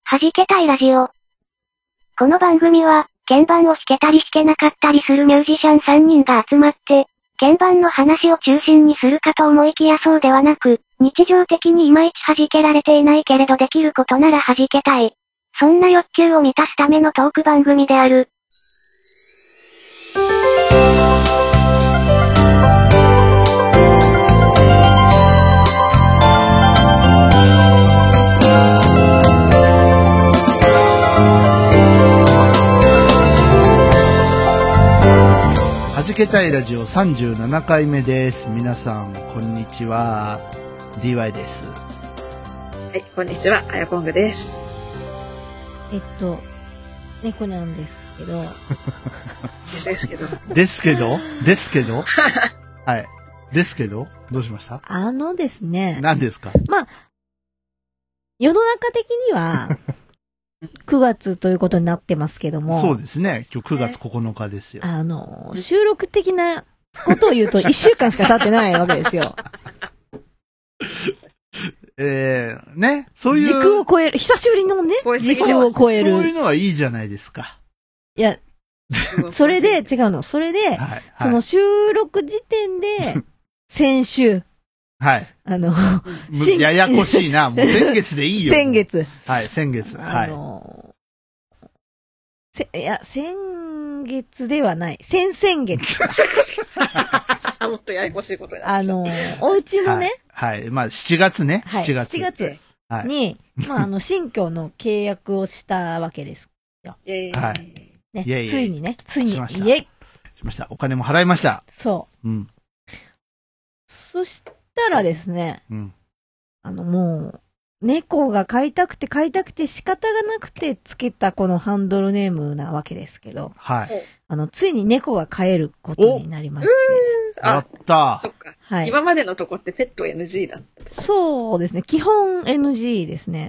弾けたいラジオ。この番組は、鍵盤を弾けたり弾けなかったりするミュージシャン3人が集まって、鍵盤の話を中心にするかと思いきやそうではなく、日常的にいまいち弾けられていないけれどできることなら弾けたい。そんな欲求を満たすためのトーク番組である。 弾けたいラジオ37回目です。皆さん、こんにちは。DY です。 はい、こんにちは。あやこんぐです。 猫なんですけど。 ですけどはい。ですけどどうしました？ ですね。 何ですか？ まあ、世の中的には、9月ということになってますけども。 そうですね。今日9月9日ですよ。 収録的なことを言うと1週間しか経ってないわけですよ。 ね。そういう。 時空を超える。久しぶりのね、時空を超える。 そういうのはいいじゃないですか。 いや、それで、違うの。それで、 はい、 その収録時点で、先週。 はい。ややこしいな。もう先月でいいよ。 先月。 はい、先月。はい。 先月ではない。先々月。 もっとややこしいことになっちゃった。 お家のね。 はい。まあ、7月ね。7月。 7月に、まあ、新居の契約をしたわけですよ。 はい。 ね、ついにね、 しました。お金も払いました。 そう。うん。そしたらですね、うん、もう、猫が飼いたくて仕方がなくてつけたこのハンドルネームなわけですけど、 はい。 ついに猫が飼えることになりまして。 やったそっか。はい。今までのとこってペット NG だった。 そうですね。基本 NG ですね。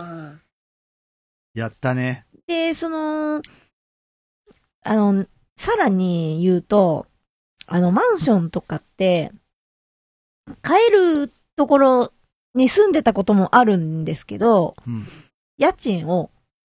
やったね。 で、さらに言うと、マンションとかって、飼えるところに住んでたこともあるんですけど、うん、家賃を、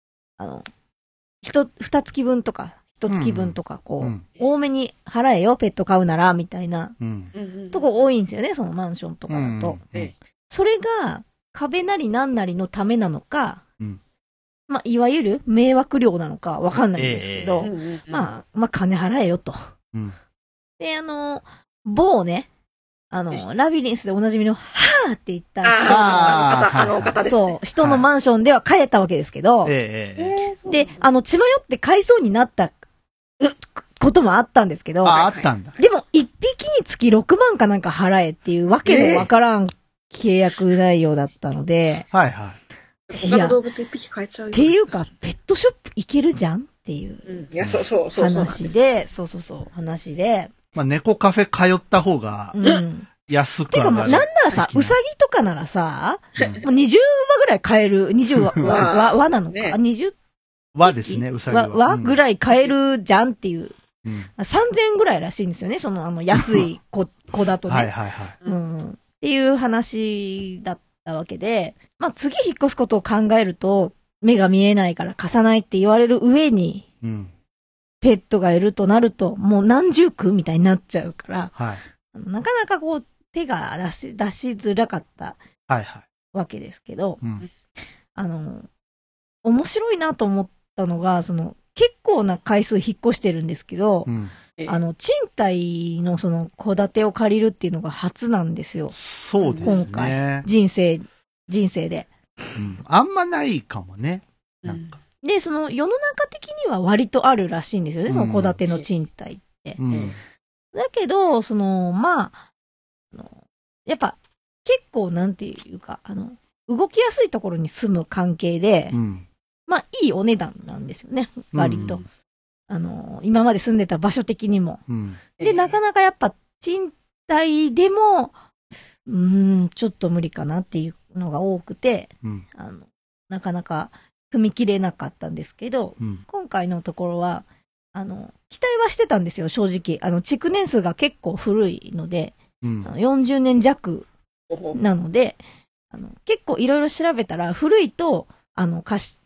二月分とか、一月分とか、多めに払えよ、ペット飼うなら、みたいな、とこ多いんですよね、そのマンションとかだと。それが、壁なりなんなりのためなのか、まあ、いわゆる迷惑料なのかわかんないんですけど、まあ、金払えよと。で、某ね、ラビリンスでおなじみの、はーって言った人そう、人のマンションでは帰ったわけですけど、で、血迷って買いそうになったこともあったんですけど、 あったんだ。 でも、一匹につき6万かなんか払えっていうわけのわからん契約内容だったので、 はいはい。 他の動物一匹飼えちゃうよ。 っていうか、ペットショップ行けるじゃんっていう。 いや、そう。 話で。 まあ、猫カフェ通った方が、安くはなる。 てかもう、なんならさ、うさぎとかならさ、もう20羽ぐらい買える、20羽、輪なのか、20 輪ですね、うさぎは。 輪ぐらい買えるじゃんっていう。3000円ぐらいらしいんですよね、安い子だとね。 はい。 っていう話だったわけで、まあ次引っ越すことを考えると、目が見えないから貸さないって言われる上に、ペットがいるとなると、もう何十区みたいになっちゃうから、なかなか手が出しづらかったわけですけど、面白いなと思ったのが、結構な回数引っ越してるんですけど、賃貸の戸建てを借りるっていうのが初なんですよ。 そうですね。 今回、人生で。 あんまないかもね。なんか。 で、世の中的には割とあるらしいんですよね、その戸建ての賃貸って。だけど、まあ、やっぱ、結構なんていうか、動きやすいところに住む関係で、まあ、いいお値段なんですよね、割と。今まで住んでた場所的にも。で、なかなかやっぱ、賃貸でも、ちょっと無理かなっていうのが多くて、なかなか踏み切れなかったんですけど、今回のところは、期待はしてたんですよ、正直。築年数が結構古いので、40年弱なので、結構いろいろ調べたら、古いと、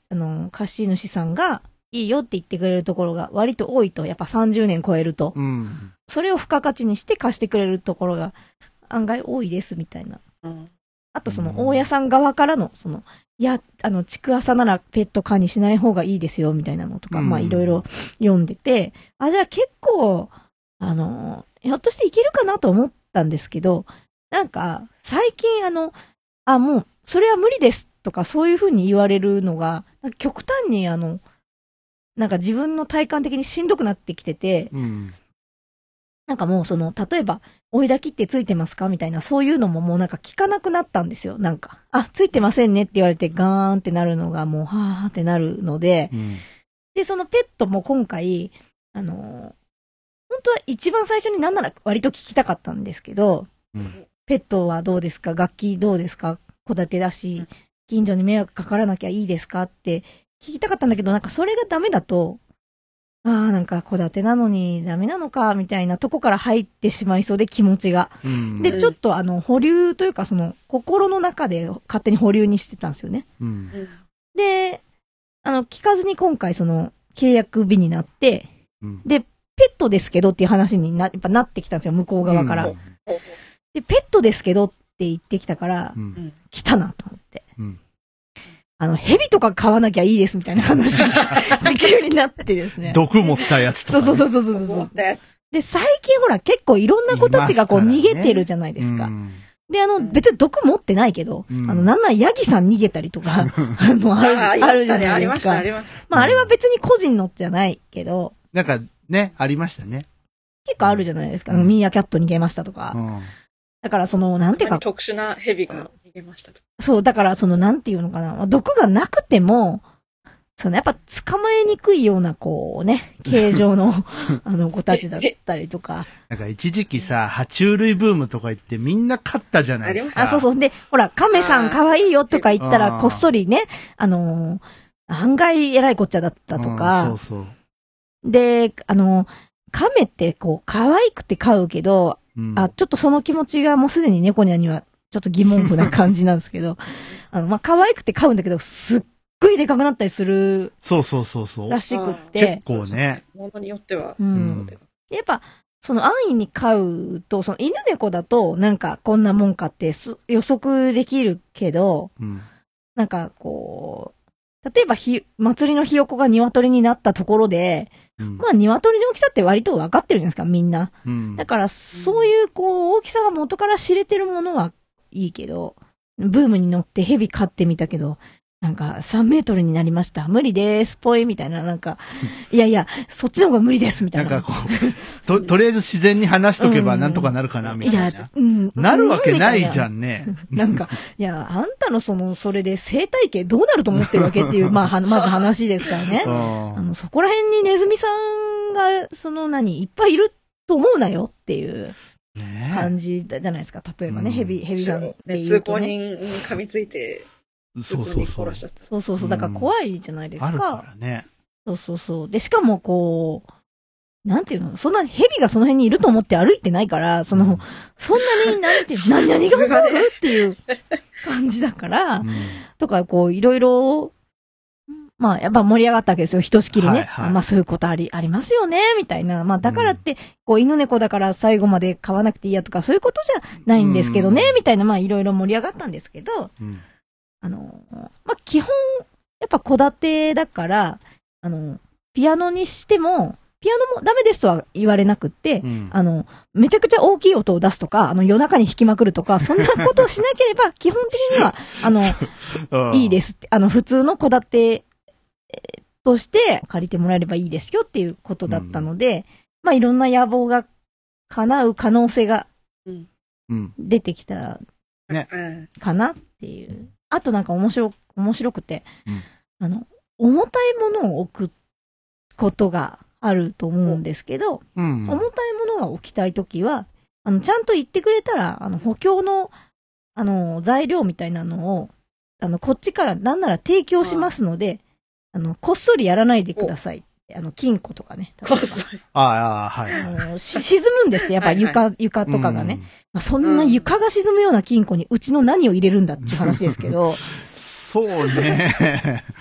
貸主さんがいいよって言ってくれるところが割と多いと、やっぱ30年超えると。それを付加価値にして貸してくれるところが案外多いですみたいな。あと大家さん側からの、いや、築浅ならペット可にしない方がいいですよみたいなのとか、まあいろいろ読んでて、じゃあ結構、ひょっとしていけるかなと思ったんですけど、なんか、最近もう、それは無理ですとかそういう風に言われるのが、極端になんか自分の体感的にしんどくなってきてて、なんかもう例えば、追い焚きってついてますかみたいな、そういうのももうなんか聞かなくなったんですよ。なんか、ついてませんねって言われてガーンってなるのがもう、はーってなるので、で、そのペットも今回、本当は一番最初になんなら割と聞きたかったんですけど、ペットはどうですか？楽器どうですか？戸建てだし、近所に迷惑かからなきゃいいですかって聞きたかったんだけど、なんかそれがダメだと、なんか戸建てなのにダメなのか、みたいなとこから入ってしまいそうで気持ちが。で、ちょっと保留というか心の中で勝手に保留にしてたんですよね。で、聞かずに今回契約日になって、で、ペットですけどっていう話にやっぱなってきたんですよ、向こう側から。で、ペットですけどって言ってきたから、来たなと思って。蛇とか飼わなきゃいいですみたいな話ができるようになってですね。 毒持ったやつとか、 ね。そう。で、最近ほら結構いろんな子たちが逃げてるじゃないですか。で、別に毒持ってないけど、なんならヤギさん逃げたりとか、あるじゃないですか。ありました。まあ、あれは別に個人のじゃないけど。 なんかね、ありましたね。 結構あるじゃないですか。ミーアキャット逃げましたとか。だからなんていうか。 特殊な蛇が逃げましたと。 そう、だからなんていうのかな。毒がなくても、やっぱ捕まえにくいような、形状の、子たちだったりとか。 なんか一時期さ、爬虫類ブームとか言ってみんな飼ったじゃないですか。 そう。で、ほら、亀さん可愛いよとか言ったら、こっそりね、案外偉いこっちゃだったとか。 そう。 で、亀って可愛くて飼うけど、ちょっとその気持ちがもうすでに猫ニャにはちょっと疑問符な感じなんですけど、可愛くて飼うんだけど、すっごいでかくなったりする。 そう。 らしくって。 結構ね。 ものによっては。 やっぱ、安易に飼うと、犬猫だと、なんかこんなもんかって予測できるけど、なんか例えば祭りのひよこが鶏になったところで、まあ鶏の大きさって割と分かってるじゃないですか、みんな。だからそういう大きさが元から知れてるものはいいけど、ブームに乗って蛇飼ってみたけど、なんか3メートルになりました。無理です。ぽいみたいな、なんか、いや、そっちの方が無理です。みたいな。 なんかとりあえず自然に話しとけばなんとかなるかな、みたいな。なるわけないじゃんね。 なんか、いや、あんたのそれで生態系どうなると思ってるわけっていう、まず話ですからね。そこら辺にネズミさんが、いっぱいいると思うなよっていう感じじゃないですか。例えばね、蛇さんっていうとね。 通行人に噛みついて、 そう。 だから怖いじゃないですか。 あるからね。 そう。で、しかもなんていうの、そんな蛇がその辺にいると思って歩いてないから、そんなに、なんていうの、何が起こるっていう感じだから、とか、いろいろ、まあ、やっぱ盛り上がったわけですよ、ひとしきりね。まあ、そういうことありますよね、みたいな。まあ、だからって、犬猫だから最後まで飼わなくていいやとか、そういうことじゃないんですけどね、みたいな、まあ、いろいろ盛り上がったんですけど、まあ、基本、やっぱ戸建てだから、ピアノにしても、ピアノもダメですとは言われなくって、めちゃくちゃ大きい音を出すとか、夜中に弾きまくるとか、そんなことをしなければ、基本的には、いいですって、普通の戸建てとして借りてもらえればいいですよっていうことだったので、まあ、いろんな野望が叶う可能性が出てきたかなっていう。あとなんか面白くて、重たいものを置くことがあると思うんですけど、重たいものが置きたいときは、ちゃんと言ってくれたら、補強の、材料みたいなのを、こっちからなんなら提供しますので、こっそりやらないでください。金庫とかね。 こっそり。 はい。 沈むんですって、やっぱ床とかがね。そんな床が沈むような金庫にうちの何を入れるんだっていう話ですけど。 そうね。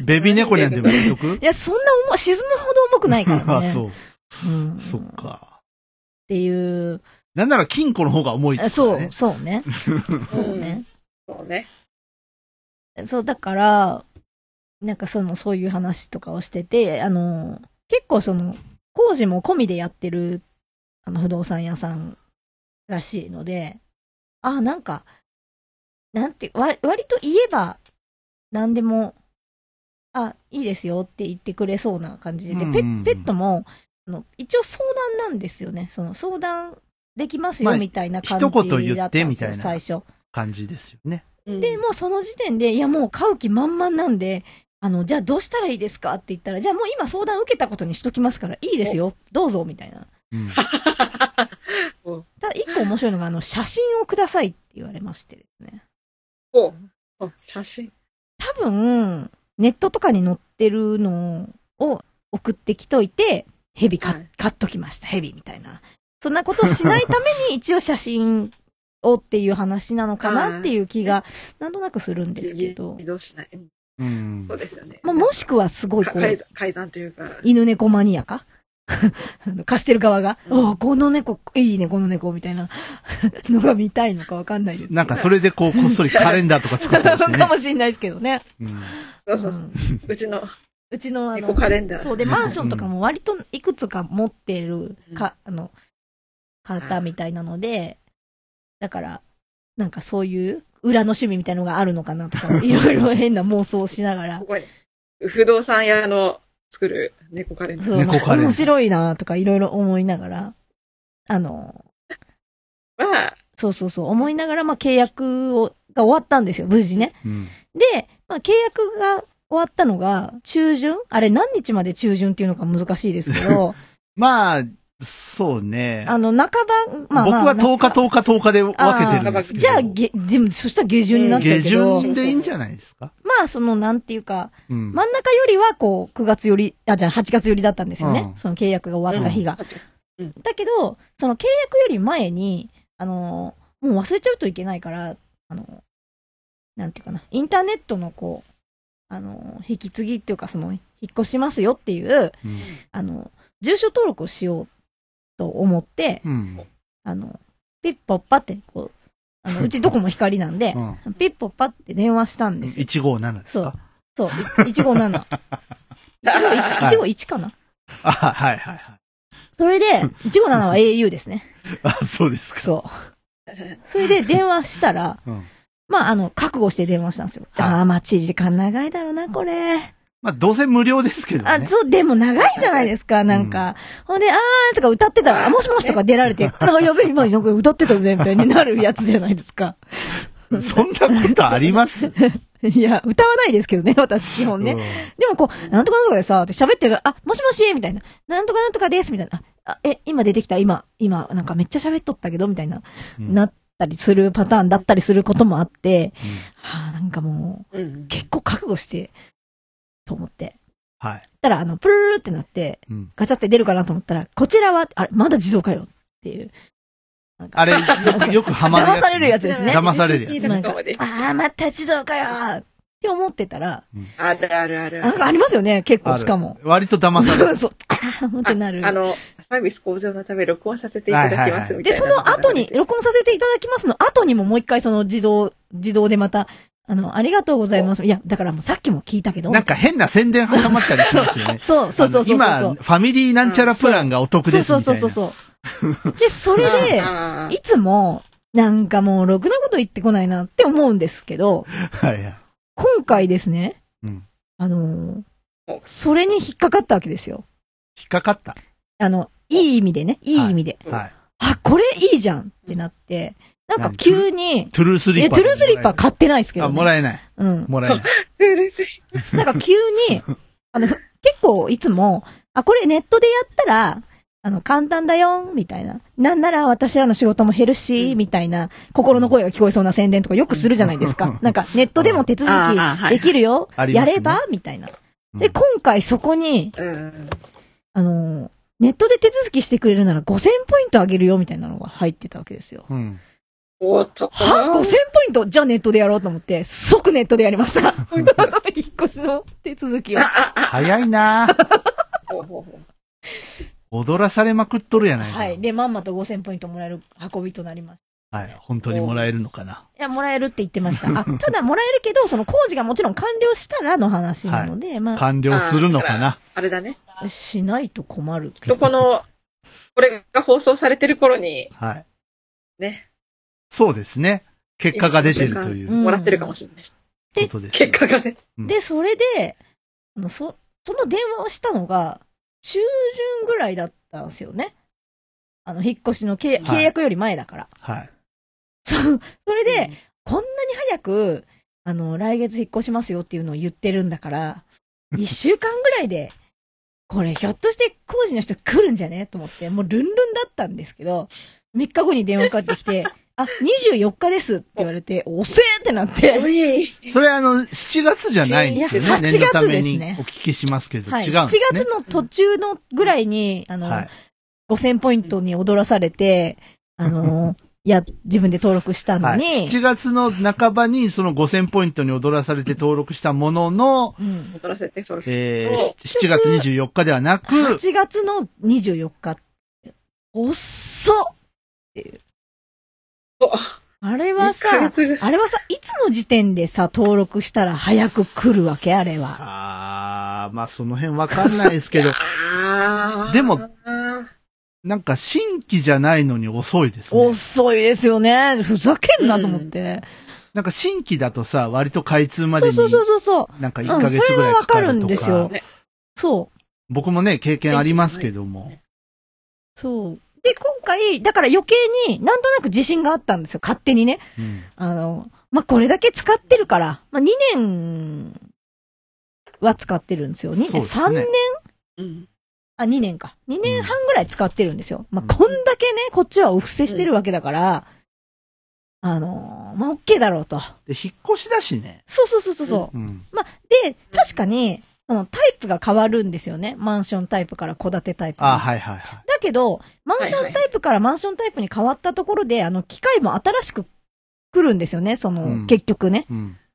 ベビー猫にゃんでもやっとく？ いや、そんな沈むほど重くないからね。 あ、そう。 うん。 そっか。 っていう。 なんなら金庫の方が重いってことね。 そうね。そうね。 そうね。 そう、だから、なんかそういう話とかをしてて、結構工事も込みでやってる、不動産屋さんらしいので、なんか、割と言えば、何でも、いいですよって言ってくれそうな感じで、ペットも、一応相談なんですよね。相談できますよみたいな感じだったんですよ、 一言言ってみたいな最初。 感じですよね。 で、もうその時点で、いやもう買う気満々なんで、じゃあどうしたらいいですかって言ったら、じゃあもう今相談受けたことにしときますから、いいですよ、どうぞ、みたいな。ただ一個面白いのが、写真をくださいって言われましてですね。 写真。 多分、ネットとかに載ってるのを送ってきといて、蛇買っときました、蛇みたいな。そんなことをしないために一応写真をっていう話なのかなっていう気が、なんとなくするんですけど。 移動しない。そうですよね。 もしくはすごい改ざんというか。 犬猫マニアか貸してる側が、この猫、いいね、この猫、みたいなのが見たいのかわかんないですけど。 なんかそれでこっそりカレンダーとか作ってましたね。 かもしれないですけどね。 そう。うちの猫カレンダー。 そうで、マンションとかも割といくつか持ってる方みたいなので、だから、なんかそういう裏の趣味みたいなのがあるのかなとか、いろいろ変な妄想をしながら。 すごい。不動産屋の作る猫カレンダー。 猫カレンダー。 面白いなとかいろいろ思いながら、そう、思いながら、契約が終わったんですよ、無事ね。で、契約が終わったのが、中旬？あれ何日まで中旬っていうのか難しいですけど。 そうね。 半ば、 僕は10日で分けてるんですけど。 じゃあ、でも、そしたら下旬になっちゃうけど。 下旬でいいんじゃないですか？ なんていうか、真ん中よりは、9月より、じゃあ8月よりだったんですよね。その契約が終わった日が。だけど、その契約より前に、もう忘れちゃうといけないから、なんていうかな、インターネットの引き継ぎっていうか、引っ越しますよっていう、住所登録をしようと思って、ピッポッパって、うちどこも光なんで、ピッポッパって電話したんですよ。 157ですか？ そう、157。151かな？ はい。 それで、157は au ですね。 そうですか。 そう。それで電話したら、覚悟して電話したんですよ。待ち時間長いだろうな、これ。 どうせ無料ですけどね。 そう、でも長いじゃないですか、なんか。ほんで、とか歌ってたら、もしもしとか出られて、やべえ、今なんか歌ってたぜ、みたいになるやつじゃないですか。 そんなことあります？ いや、歌わないですけどね、私、基本ね。でもなんとかなんとかでさ、って喋ってるから、もしもしみたいな。なんとかなんとかです、みたいな。今出てきた、今、なんかめっちゃ喋っとったけど、みたいな、なったりするパターンだったりすることもあって、なんかもう、結構覚悟して、と思って。 はい。 たら、プルルルってなって、ガチャって出るかなと思ったら、こちらは、まだ自動かよっていう。 あれ、よくハマるやつ。 騙されるやつですね。 騙されるやつ。 また自動かよって思ってたら、 ある。 なんかありますよね、結構しかも。 割と騙される。 そう、ってなる。 サービス向上のため録音させていただきますみたいな。 で、その後に、録音させていただきますの後にももう一回自動でまた、ありがとうございます。いや、だからもうさっきも聞いたけど。 なんか変な宣伝挟まったりしますよね。 そう。 今、ファミリーなんちゃらプランがお得ですみたいな。 そう。で、それで、いつも、なんかもう、ろくなこと言ってこないなって思うんですけど、今回ですね、それに引っかかったわけですよ。 引っかかった？ いい意味でね、いい意味で。これいいじゃんってなって、なんか急に、 トゥルースリッパー。 トゥルースリッパー買ってないですけど、ね。 もらえない。もらえない。 トゥルースリッパー。なんか急に、結構いつも、これネットでやったら、簡単だよ、みたいな。なんなら私らの仕事も減るし、みたいな、心の声が聞こえそうな宣伝とかよくするじゃないですか。なんか、ネットでも手続きできるよ。やればみたいな。で、今回そこに、ネットで手続きしてくれるなら5000ポイントあげるよ、みたいなのが入ってたわけですよ。 おっと。 は ?5000 ポイントじゃあネットでやろうと思って、即ネットでやりました。引っ越しの手続きを。 早いな踊らされまくっとるやないか。 はい。で、まんまと5000ポイントもらえる運びとなります。 はい。本当にもらえるのかな。 いや、もらえるって言ってました。ただもらえるけど、その工事がもちろん完了したらの話なので、まあ。 完了するのかな。 あれだね。 しないと困る。 これが放送されてる頃に。 はい。 ね。 そうですね。結果が出てるという。 もらってるかもしれないし。 ことです。 結果がね。 で、それで、その電話をしたのが、中旬ぐらいだったんですよね。引っ越しの契約より前だから。 はい。 それで、こんなに早く、来月引っ越しますよっていうのを言ってるんだから、1週間ぐらいで、これひょっとして工事の人来るんじゃねと思って、もうルンルンだったんですけど、3日後に電話かかってきて、24日ですって言われて、おせーってなって。 それ7月じゃないんですよね。念のためにお聞きしますけど、違うんですね。7 月の途中のぐらいに、5000ポイントに踊らされて、自分で登録したのに、 7月の半ばにその5000ポイントに踊らされて登録したものの、 踊らせて登録 7月24日ではなく、 8月の24日。遅っっていう。あれはさ、いつの時点でさ、登録したら早く来るわけあれは。 まあその辺わかんないですけど、でも、なんか新規じゃないのに遅いですね。 遅いですよね。ふざけんなと思って。 なんか新規だとさ、割と開通までに、 そう。 なんか1ヶ月ぐらいかかるとか。それはわかるんですよ。 そう。 僕もね、経験ありますけども。 そう。で、今回、だから余計になんとなく自信があったんですよ。勝手にね。これだけ使ってるから、2年は使ってるんですよ。3年2年か。2年半ぐらい使ってるんですよ。こんだけね、こっちはお布施してるわけだから、OK だろうと。 で、引っ越しだしね。 そう。で、確かに、タイプが変わるんですよね。マンションタイプから戸建てタイプ。 はい。だけど、マンションタイプからマンションタイプに変わったところで、機械も新しく来るんですよね。結局ね。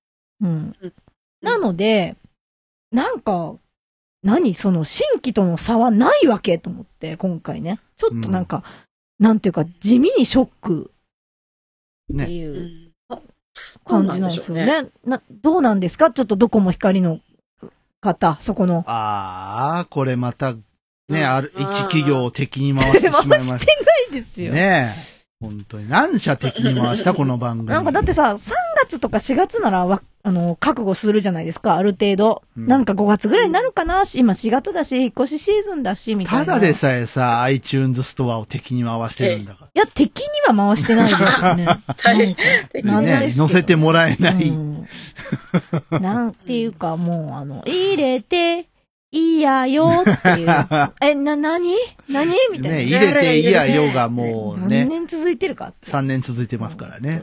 なので、なんか、新規との差はないわけと思って、今回ね。ちょっとなんか、なんていうか、地味にショックっていう感じなんですよね。どうなんですかちょっとドコモ光の方、そこの。 これまた、ね、一企業を敵に回してしまいました。 回してないですよ。 ねえ。本当に。何社敵に回したこの番組。 なんかだってさ、3月とか4月なら覚悟するじゃないですか、ある程度。なんか5月ぐらいになるかな、今4月だし、引っ越しシーズンだし、みたいな。 ただでさえさ、iTunes ストアを敵に回してるんだから。 いや、敵には回してないですよね。 乗せてもらえない。 なんていうか、もう、入れて、いいやよっていう。何みたいな。 ね、入れていいやよがもうね。 何年続いてるかって。 3年続いてますからね。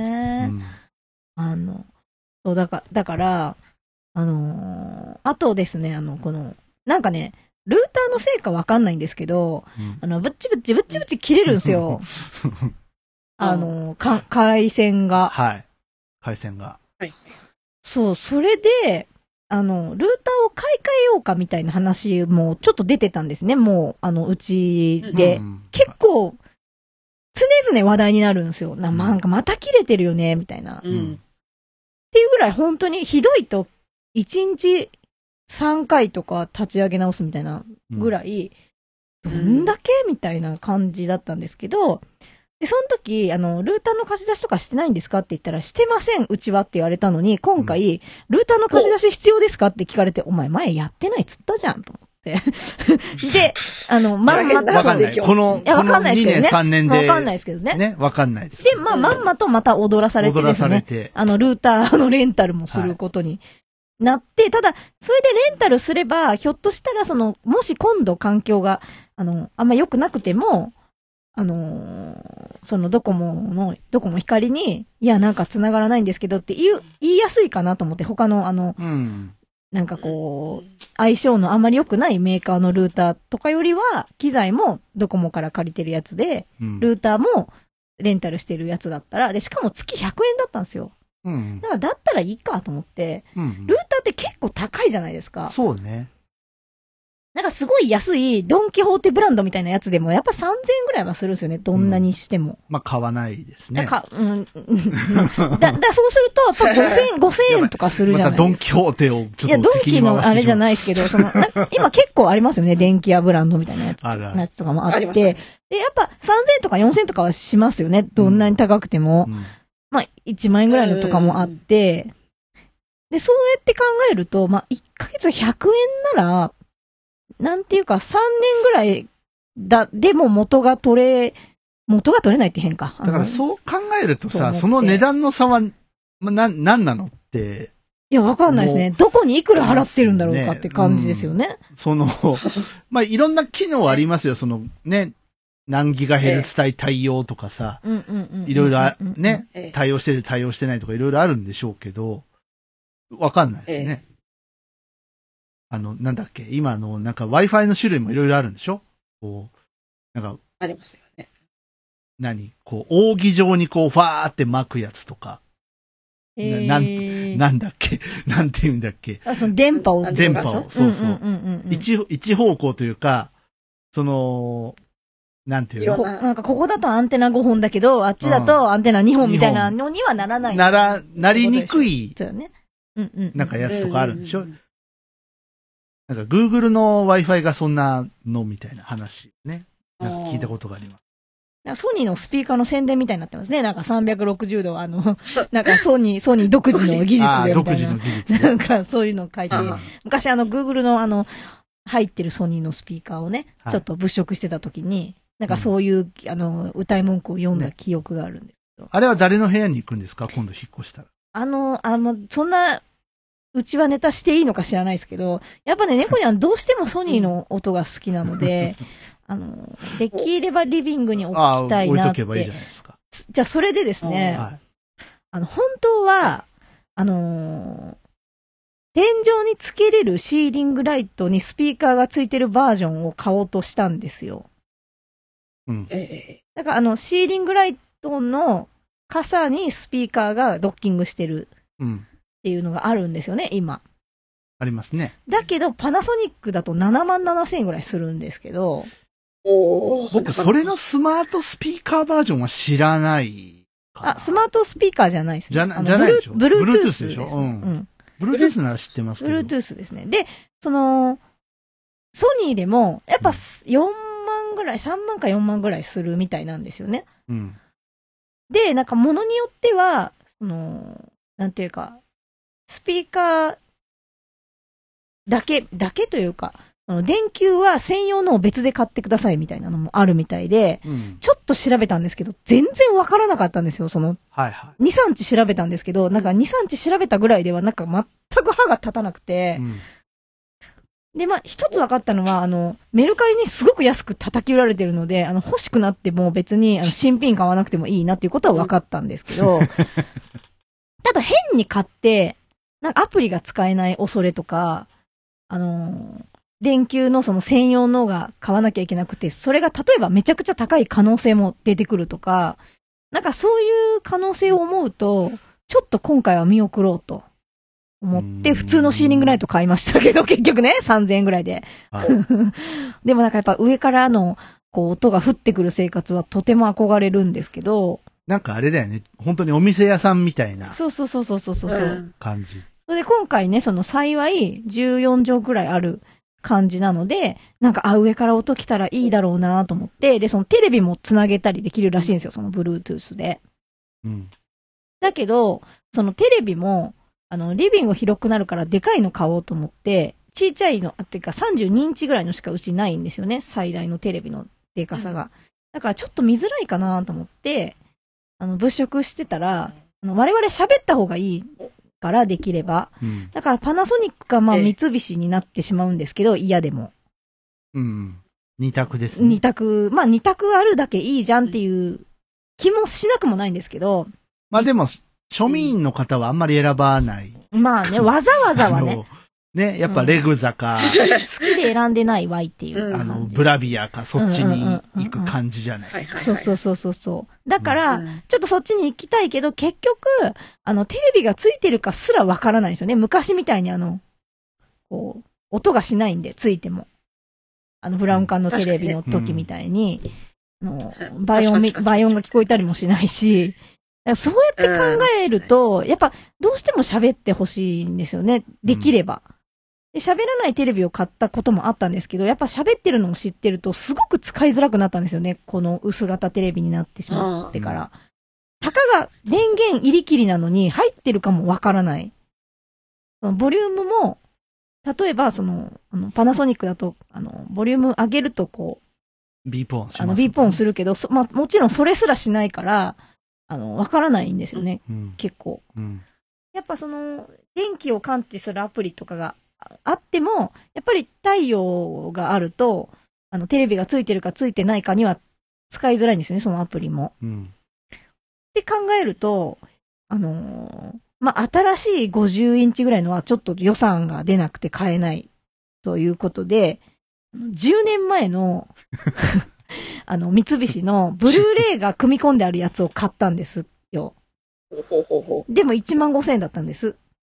そうだから、あとですね、なんかね、ルーターのせいかわかんないんですけど、ぶっち切れるんですよ。回線が。 はい。回線が。 そう、それで、ルーターを買い替えようかみたいな話もちょっと出てたんですね。もう、うちで。結構、常々話題になるんですよ。なんかまた切れてるよね、みたいな。っていうぐらい本当にひどいと、1日3回とか立ち上げ直すみたいなぐらい、どんだけみたいな感じだったんですけど、で、その時、ルーターの貸し出しとかしてないんですかって言ったら、してません、うちはって言われたのに、今回、ルーターの貸し出し必要ですかって聞かれて、お前前やってないっつったじゃん、と思って。で、まんまと。 わかんない。この2年3年で。 わかんないですけどね。 ね、わかんないです。 で、まんまとまた踊らされてですね。ルーターのレンタルもすることになって、ただ、それでレンタルすれば、ひょっとしたら、もし今度環境が、あんま良くなくても、ドコモ光に、いや、なんか繋がらないんですけどって言いやすいかなと思って、他のなんかこう、相性のあんまり良くないメーカーのルーターとかよりは、機材もドコモから借りてるやつで、ルーターも、 レンタルしてるやつだったら、で、しかも月100円だったんですよ。 うん。 だからだったらいいかと思って、 うん。 ルーターって結構高いじゃないですか。 そうね。 なんかすごい安いドンキホーテブランドみたいなやつでもやっぱ3000円ぐらいはするんですよね。どんなにしても。 まあ、買わないですね。 そうすると、やっぱ5000円とかするじゃないですか。 またドンキホーテをちょっといや、ドンキのあれじゃい。 ないですけど、今結構ありますよね。電気屋ブランドみたいなやつ。 あるあるやつとかもあって。で、やっぱ3000円とか4000円とかはしますよね。どんなに高くても。まあ、1万円ぐらいのとかもあって。で、そうやって考えると、まあ、1ヶ月100円なら、なんていうか、3年ぐらいでも元が取れないって変か。 だからそう考えるとさ、その値段の差は、なんなのって。 いや、わかんないですね。どこにいくら払ってるんだろうかって感じですよね。 まあ、いろんな機能ありますよ。何ギガヘルツ帯対応とかさ、いろいろね、対応してる、対応してないとかいろいろあるんでしょうけど、わかんないですね。なんだっけ、今なんか Wi-Fi の種類もいろいろあるんでしょ？なんか、 ありますよね。 扇状にファーって巻くやつとか。なんだっけなんて言うんだっけその電波を。 そうそう。一方向というか、なんていうの？ なんかここだとアンテナ5本だけど、あっちだとアンテナ2本みたいなのにはならない。 なりにくい、 なんかやつとかあるんでしょ？なんか Google の Wi-Fi がそんなのみたいな話ね。なんか聞いたことがあります。 ソニーのスピーカーの宣伝みたいになってますね。なんか360度なんかソニー独自の技術でみたいな。独自の技術。なんかそういうのを書いて、昔Google の入ってるソニーのスピーカーをね、ちょっと物色してた時に、なんかそういう、歌い文句を読んだ記憶があるんですけど。 あれは誰の部屋に行くんですか？今度引っ越したら。 そんな、うちはネタしていいのか知らないですけど、やっぱね、猫にはどうしてもソニーの音が好きなので、できればリビングに置きたいなって。 置いとけばいいじゃないですか。 じゃあ、それでですね、本当は、天井につけれるシーリングライトにスピーカーがついてるバージョンを買おうとしたんですよ。だからシーリングライトの傘にスピーカーがドッキングしてるっていうのがあるんですよね、今。 ありますね。 だけど、パナソニックだと77000円ぐらいするんですけど。 僕、それのスマートスピーカーバージョンは知らないかな。 スマートスピーカーじゃないですね。 じゃないでしょ。 Bluetooth でしょ。Bluetooth なら知ってますけど。 Bluetooth ですね。で、ソニーでも、やっぱ4万ぐらい、3万か4万ぐらいするみたいなんですよね。で、なんか物によっては、なんていうか、スピーカーだけというか、電球は専用のを別で買ってくださいみたいなのもあるみたいで、ちょっと調べたんですけど、全然わからなかったんですよ。2、3日調べたんですけど、なんか2、3日調べたぐらいでは、なんか全く歯が立たなくて、で、まあ、一つ分かったのは、メルカリにすごく安く叩き売られてるので、欲しくなっても別に、新品買わなくてもいいなっていうことは分かったんですけど、ただ変に買って、なんかアプリが使えない恐れとか、電球のその専用のが買わなきゃいけなくて、それが例えばめちゃくちゃ高い可能性も出てくるとか、なんかそういう可能性を思うと、ちょっと今回は見送ろうと思って、普通のシーリングライト買いましたけど、結局ね、3000円ぐらいで。でもなんかやっぱ上から音が降ってくる生活はとても憧れるんですけど、 なんかあれだよね。本当にお店屋さんみたいな。 そう。 感じ。 それで今回ね、幸い14畳くらいある感じなので、なんか、上から音来たらいいだろうなと思って、で、テレビもつなげたりできるらしいんですよ、Bluetooth で。だけど、テレビも、リビング広くなるからでかいの買おうと思って、ちっちゃいの、っていうか32インチぐらいのしかうちないんですよね、最大のテレビのでかさが。だからちょっと見づらいかなと思って、物色してたら、我々喋った方がいいからできれば。だからパナソニックか三菱になってしまうんですけど、嫌でも。 二択ですね。 二択あるだけいいじゃんっていう気もしなくもないんですけど。 まあでも、庶民の方はあんまり選ばない。 まあね、わざわざはね。 ね、やっぱレグザか、 好きで選んでないわいっていう。 ブラビアか、そっちに行く感じじゃないですか。 そう。だから、ちょっとそっちに行きたいけど、結局、テレビがついてるかすらわからないですよね。昔みたいにこう、音がしないんで、ついても。ブラウン管のテレビの時みたいに、倍音が聞こえたりもしないし、そうやって考えると、やっぱ、どうしても喋ってほしいんですよね。できれば。で、喋らないテレビを買ったこともあったんですけど、やっぱ喋ってるのを知ってると、すごく使いづらくなったんですよね。この薄型テレビになってしまってから。たかが電源入り切りなのに、入ってるかもわからない。ボリュームも、例えば、パナソニックだと、ボリューム上げるとこう、ビーポンします、ね。 ビーポンするけど、もちろんそれすらしないから、わからないんですよね。結構。やっぱ電気を感知するアプリとかがあっても、やっぱり太陽があると、テレビがついてるかついてないかには使いづらいんですよね、そのアプリも。って考えると、新しい50インチぐらいのはちょっと予算が出なくて買えないということで、10年前の三菱のブルーレイが組み込んであるやつを買ったんですよ。でも15,000円だったんです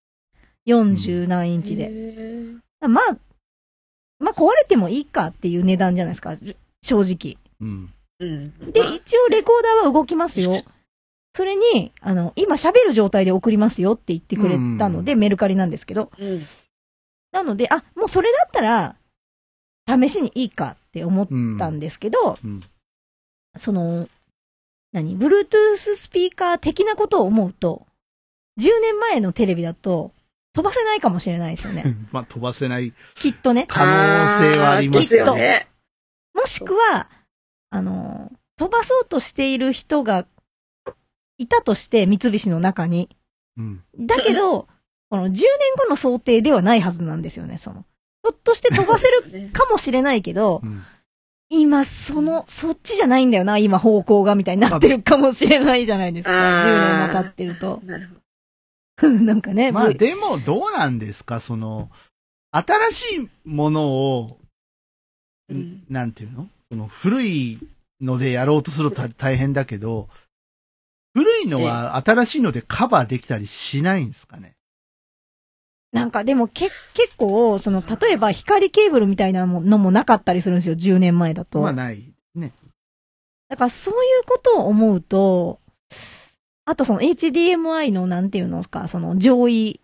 。40何インチで。まあ壊れてもいいかっていう値段じゃないですか、正直。で、一応レコーダーは動きますよ。それに、今喋る状態で送りますよって言ってくれたので、メルカリなんですけど。なので、もうそれだったら、試しにいいかって思ったんですけど、Bluetooth スピーカー的なことを思うと、10年前のテレビだと、飛ばせないかもしれないですよね。 飛ばせない。 きっとね。 可能性はありますよね。 もしくは、飛ばそうとしている人がいたとして、三菱の中に。だけど、この10年後の想定ではないはずなんですよね、ひょっとして飛ばせるかもしれないけど、今、そっちじゃないんだよな、今方向がみたいになってるかもしれないじゃないですか。10年も経ってると。なるほど。なんかね。 でもどうなんですか、新しいものを、なんていうの古いのでやろうとすると大変だけど、古いのは新しいのでカバーできたりしないんですかね。 なんかでも結構、例えば光ケーブルみたいなのもなかったりするんですよ、10年前だと。 ない。ね。 だからそういうことを思うと、あとHDMI のなんていうのか、上位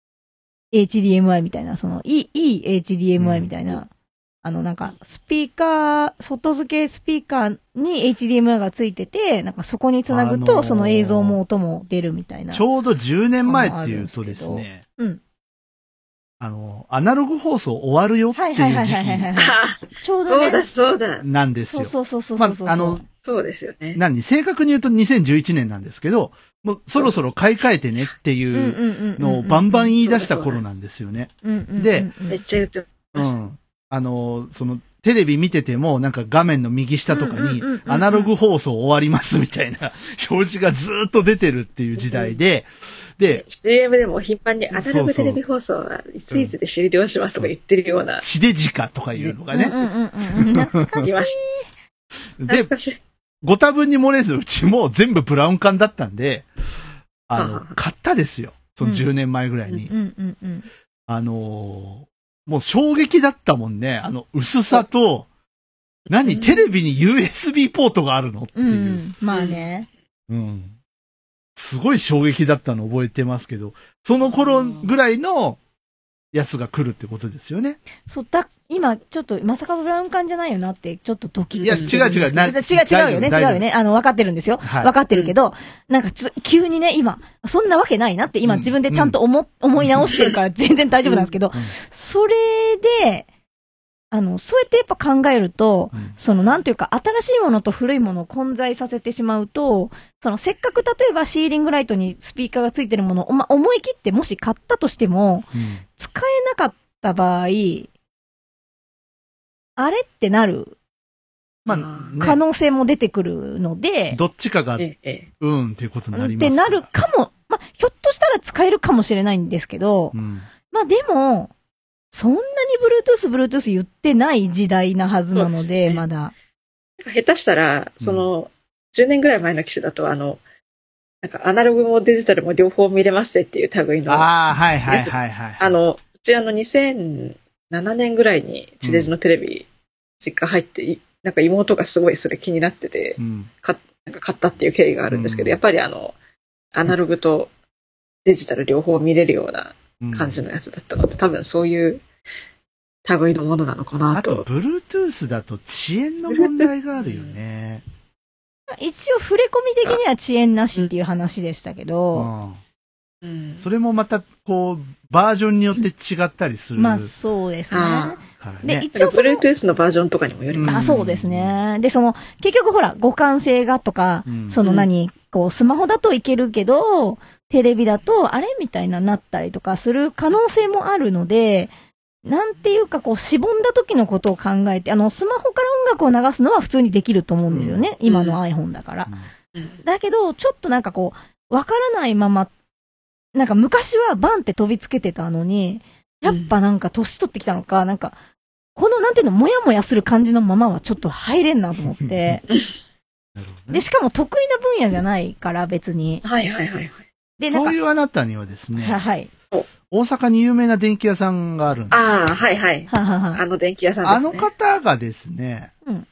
HDMI みたいな、いい HDMI みたいな、なんか、スピーカー、外付けスピーカーに HDMI がついてて、なんかそこにつなぐと、その映像も音も出るみたいな。 ちょうど10年前っていうとですね、アナログ放送終わるよっていう時期。 ちょうどね。 そうだ。 なんですよ。 そう。 そうですよね。 正確に言うと2011年なんですけど、もうそろそろ買い替えてねっていうのをバンバン言い出した頃なんですよね。で、 めっちゃ言ってました。 テレビ見てても、なんか画面の右下とかに、アナログ放送終わりますみたいな表示がずーっと出てるっていう時代で、で、 CM でも頻繁にアナログテレビ放送はいついつで終了しますとか言ってるような。 地デジカとかいうのがね。 懐かしい。 で、ご多分に漏れず、うちも全部ブラウン管だったんで、買ったですよ。その10年前ぐらいに。もう衝撃だったもんね。薄さと、テレビに USB ポートがあるのっていう。 まあね。 すごい衝撃だったの覚えてますけど、その頃ぐらいのやつが来るってことですよね。 今、ちょっと、まさかブラウン管じゃないよなって、ちょっとドキッとしてる。いや、違う。 違うよね。分かってるんですよ。分かってるけど、なんか急にね、今、そんなわけないなって、今自分でちゃんと思い直してるから全然大丈夫なんですけど、それで、そうやってやっぱ考えると、なんていうか、新しいものと古いものを混在させてしまうと、せっかく例えばシーリングライトにスピーカーがついてるものを、思い切ってもし買ったとしても、使えなかった場合、あれってなる可能性も出てくるので、 どっちかが、っていうことになります。 ってなるかも、ひょっとしたら使えるかもしれないんですけど、でも、 そんなに Bluetooth 言ってない時代なはずなので、まだ。 下手したら、10年ぐらい前の機種だと、なんかアナログもデジタルも両方見れますっていう類の。 ああ、はいはいはいはい。 うち2007年ぐらいに地デジのテレビ実家入って、なんか妹がすごいそれ気になってて、なんか買ったっていう経緯があるんですけど、やっぱりアナログとデジタル両方見れるような感じのやつだったので、多分そういう類のものなのかなと。 あと、Bluetooth だと遅延の問題があるよね。 一応、触れ込み的には遅延なしっていう話でしたけど、 それもまた、こう、バージョンによって違ったりする。 まあ、そうですね。 で、一応、Bluetooth のバージョンとかにもよります。 そうですね。で、結局ほら、互換性がとか、スマホだといけるけど、テレビだと、あれみたいななったりとかする可能性もあるので、なんていうか、しぼんだ時のことを考えて、スマホから音楽を流すのは普通にできると思うんですよね。今の iPhone だから。だけど、ちょっとなんかわからないまま、なんか昔はバンって飛びつけてたのに、やっぱなんか年取ってきたのか、なんか、なんていうの、もやもやする感じのままはちょっと入れんなと思って。で、しかも得意な分野じゃないから、別に。 はいはいはい。 で、そういうあなたにはですね、 はい。 大阪に有名な電気屋さんがあるんです。 ああ、はいはい。電気屋さんですね。 方がですね、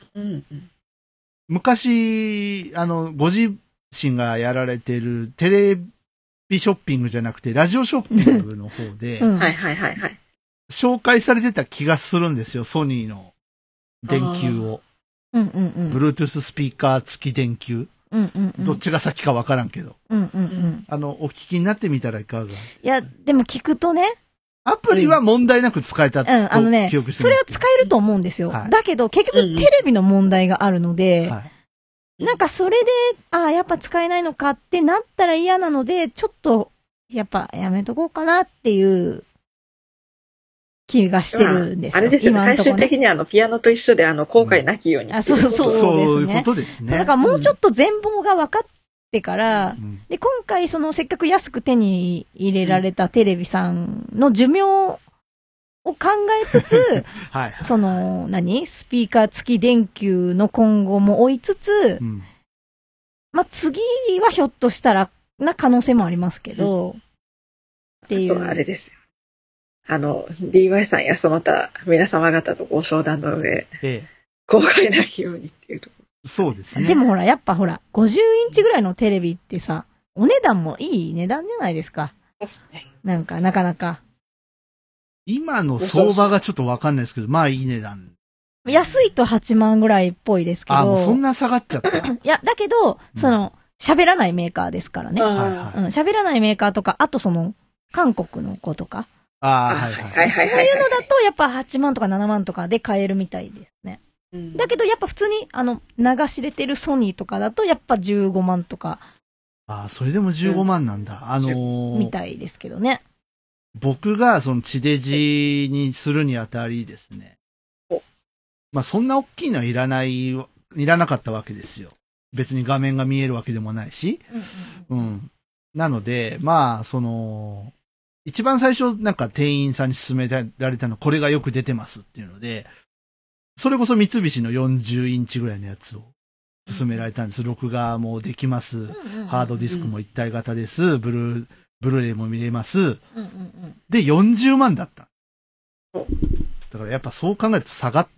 昔、ご自身がやられてるテレビショッピングじゃなくて、ラジオショッピングの方で、紹介されてた気がするんですよ、ソニーの電球を。Bluetooth スピーカー付き電球。どっちが先かわからんけど。お聞きになってみたらいかが？いや、でも聞くとね。 アプリは問題なく使えたと記憶してます。 それは使えると思うんですよ。だけど、結局テレビの問題があるので、なんかそれで、やっぱ使えないのかってなったら嫌なので、ちょっと、やっぱやめとこうかなっていう気がしてるんですよ。 あれですよね。最終的にピアノと一緒で後悔なきように。 そういうことですね。 だからもうちょっと全貌が分かってから、で、今回せっかく安く手に入れられたテレビさんの寿命を考えつつ、スピーカー付き電球の今後も追いつつ、次はひょっとしたらな可能性もありますけど、っていう。 あれですよ。DY さんやその他皆様方とご相談の上、後悔なきようにっていうところ。 そうですね。 でもほら、やっぱほら、50インチぐらいのテレビってさ、お値段もいい値段じゃないですか。 そうですね。 なんか、なかなか。 今の相場がちょっとわかんないですけど、まあいい値段。 安いと8万ぐらいっぽいですけど。 もうそんな下がっちゃった。 いや、だけど、喋らないメーカーですからね。喋らないメーカーとか、あと韓国の子とか。そういうのだと、やっぱ8万とか7万とかで買えるみたいですね。だけど、やっぱ普通に、流し入れてるソニーとかだと、やっぱ15万とか。 それでも15万なんだ。 みたいですけどね。 僕が、地デジにするにあたりですね。そんな大きいのはいらなかったわけですよ。別に画面が見えるわけでもないし。なので、一番最初なんか店員さんに勧められたの、これがよく出てますっていうので、それこそ三菱の40インチぐらいのやつを勧められたんです。録画もできます。ハードディスクも一体型です。ブルーレイも見れます。で、40万だった。だからやっぱそう考えると下がっ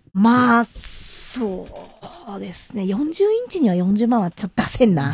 そうですね。40インチには40万はちょっと出せんな。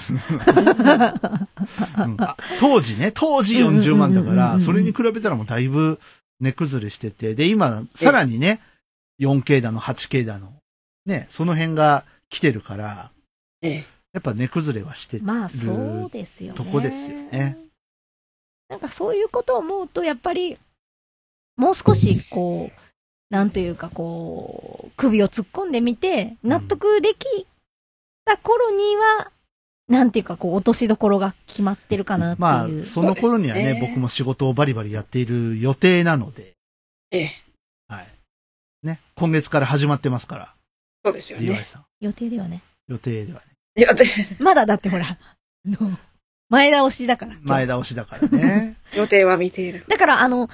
当時40万だから、それに比べたらもうだいぶ値崩れしてて、で、今、さらにね、4K だの、8K だの、ね、その辺が来てるから、やっぱ値崩れはしてる。 そうですよね。 とこですよね。 なんかそういうことを思うと、やっぱり、もう少し、なんというか首を突っ込んでみて、納得できた頃には、なんていうか落としどころが決まってるかなっていう。 その頃にはね、僕も仕事をバリバリやっている予定なので。はい。ね、今月から始まってますから。 そうですよね。 DY さん。 予定ではね。 まだだってほら、前倒しだから。 前倒しだからね。 予定は見ている。 だから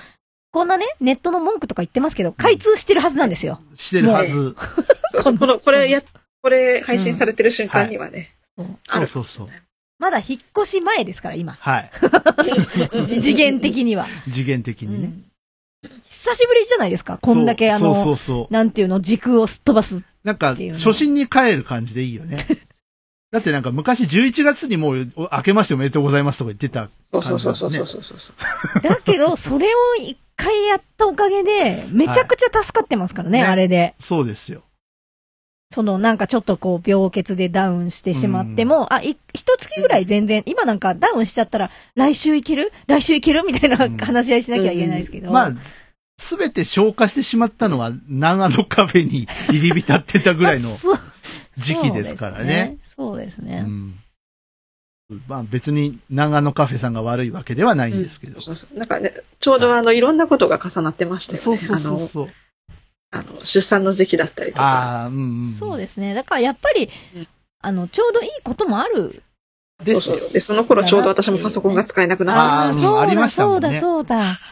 こんなね、ネットの文句とか言ってますけど、開通してるはずなんですよ。 してるはず。 これ配信されてる瞬間にはね。 そう。 まだ引っ越し前ですから、今。 はい。 次元的には。 次元的にね。 久しぶりじゃないですか、こんだけなんていうの、時空をすっ飛ばす。 なんか、初心に帰る感じでいいよね。だってなんか昔11月にもう明けましておめでとうございますとか言ってた感じだね。そう。 だけど、それを一回やったおかげで、めちゃくちゃ助かってますからね、あれで。 そうですよ。 なんかちょっとこう、病欠でダウンしてしまっても、一月ぐらい全然、今なんかダウンしちゃったら、来週行けるみたいな話し合いしなきゃいけないですけど。 まあ、すべて消化してしまったのは、長野カフェに入り浸ってたぐらいの時期ですからね。 そうですね。 まあ別に長野カフェさんが悪いわけではないんですけど。 なんかね、ちょうどいろんなことが重なってましたよね。 そう。 出産の時期だったりとか。 そうですね。だからやっぱり、ちょうどいいこともある。 ですよ。で、その頃ちょうど私もパソコンが使えなくなってました。 ありましたもんね。 そう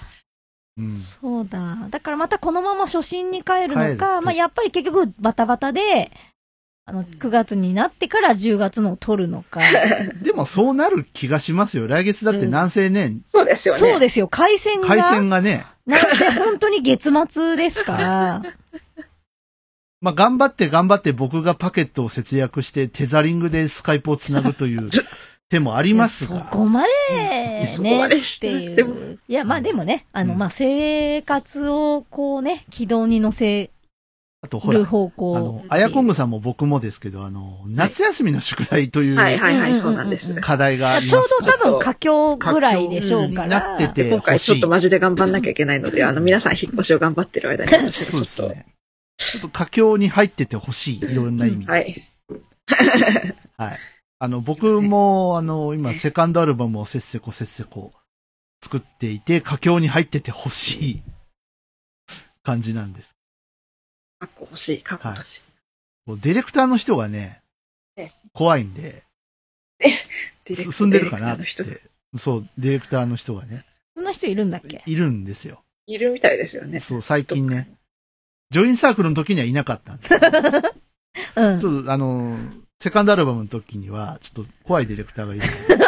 だ。だからまたこのまま初心に帰るのか、まあやっぱり結局バタバタで、9月になってから10月のを取るのか。 でもそうなる気がしますよ。来月だって南西ね。 そうですよね。 そうですよ。回線がね。南西本当に月末ですから。 まあ頑張って僕がパケットを節約してテザリングでスカイプをつなぐという手もありますが。 そこまでね。 そこまでしていう。いや、まあでもね、まあ生活をこうね、軌道に乗せ、 あとほら、あやこんぐさんも僕もですけど、夏休みの宿題という、 そうなんです。 課題があります。 ちょうど多分佳境ぐらいでしょうから。 なってて今回ちょっとマジで頑張んなきゃいけないので、皆さん引っ越しを頑張ってる間に私そうですね。ちょっと佳境に入っててほしい、いろんな意味で。 はい。 はい。僕も、今、セカンドアルバムをせっせこ作っていて、佳境に入っててほしい感じなんです。 かっこ欲しい。 ディレクターの人がね、怖いんで、進んでるかなって。そう、ディレクターの人がね。 そんな人いるんだっけ？ いるんですよ。 いるみたいですよね。 そう、最近ね。ジョインサークルの時にはいなかったんです。ちょっとセカンドアルバムの時には、ちょっと怖いディレクターがいる。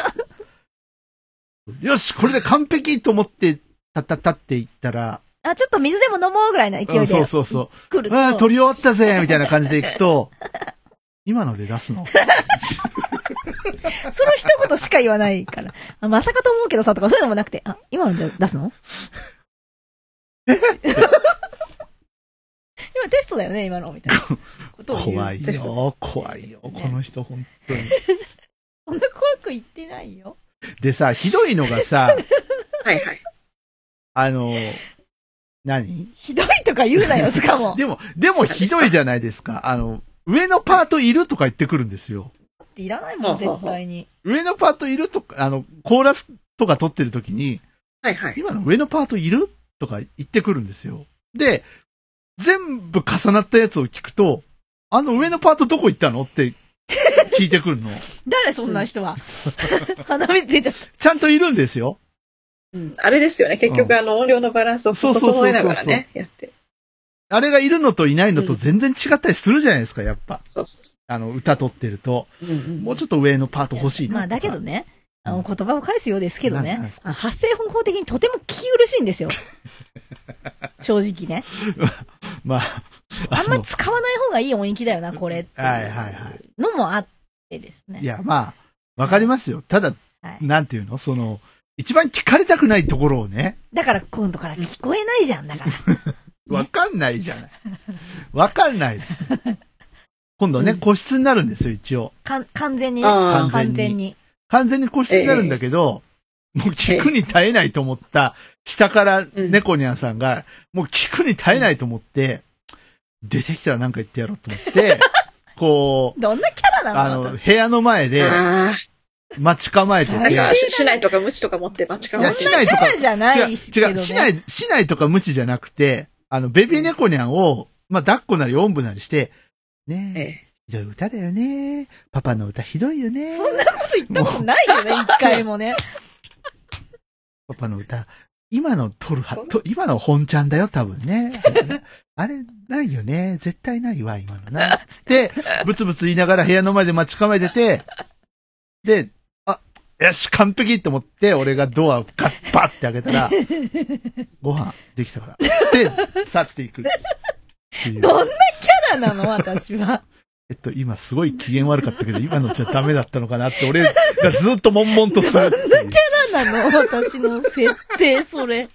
よし、これで完璧と思って、たっていったら、 ちょっと水でも飲もうぐらいの勢いで。 そう。撮り終わったぜみたいな感じでいくと、今ので出すのその一言しか言わないから。まさかと思うけどさ、とかそういうのもなくて、今ので出すの今テストだよね、今のみたいなことを言う。 怖いよ、この人、本当に。 そんな怖く言ってないよ。 でさ、ひどいのがさ、何？ ひどいとか言うなよ、しかも。 でもひどいじゃないですか。上のパートいるとか言ってくるんですよ。 いらないもん、絶対に。 上のパートいるとか、コーラスとか撮ってる時に、今の上のパートいるとか言ってくるんですよ。で、全部重なったやつを聞くと、上のパートどこ行ったのって聞いてくるの。 誰そんな人は。鼻水出ちゃった。 ちゃんといるんですよ。 あれですよね。結局音量のバランスを整えながらね、やって。 あれがいるのといないのと全然違ったりするじゃないですか、やっぱ。歌撮ってると。もうちょっと上のパート欲しいな。 まあだけどね、言葉を返すようですけどね、発声方法的にとても聞き苦しいんですよ。正直ね。 まあ。 あんま使わない方がいい音域だよな、これ。のもあってですね。 いや、まあ、わかりますよ。ただ、なんていうの一番聞かれたくないところをね。 だから今度から聞こえないじゃん、だから。 わかんないじゃない。わかんないです。今度ね、個室になるんですよ、一応。 完全にね。完全に個室になるんだけど、もう聞くに耐えないと思った、下から猫ニャンさんが、もう聞くに耐えないと思って、出てきたらなんか言ってやろうと思って、こう、 どんなキャラなの？ 部屋の前で、待ち構えてて。 なんか、市内とか無知とか持って待ち構えてて。 市内とかじゃない違う、市内とか無知じゃなくて、ベビー猫ニャンを、まあ、抱っこなりおんぶなりして、ねえ、ひどい歌だよね。パパの歌ひどいよね。 そんなこと言ったことないよね、一回もね。 パパの歌、 今の今の本ちゃんだよ、多分ね。あれ、ないよね。絶対ないわ、今のな。つって、ブツブツ言いながら部屋の前で待ち構えてて、で、よし、完璧って思って、俺がドアをガッパって開けたら、ご飯できたから。つって、去っていく。 どんなキャラなの私は。 今すごい機嫌悪かったけど、今のじゃダメだったのかなって、俺がずっと悶々とする。 どんなキャラなの私の設定、それ。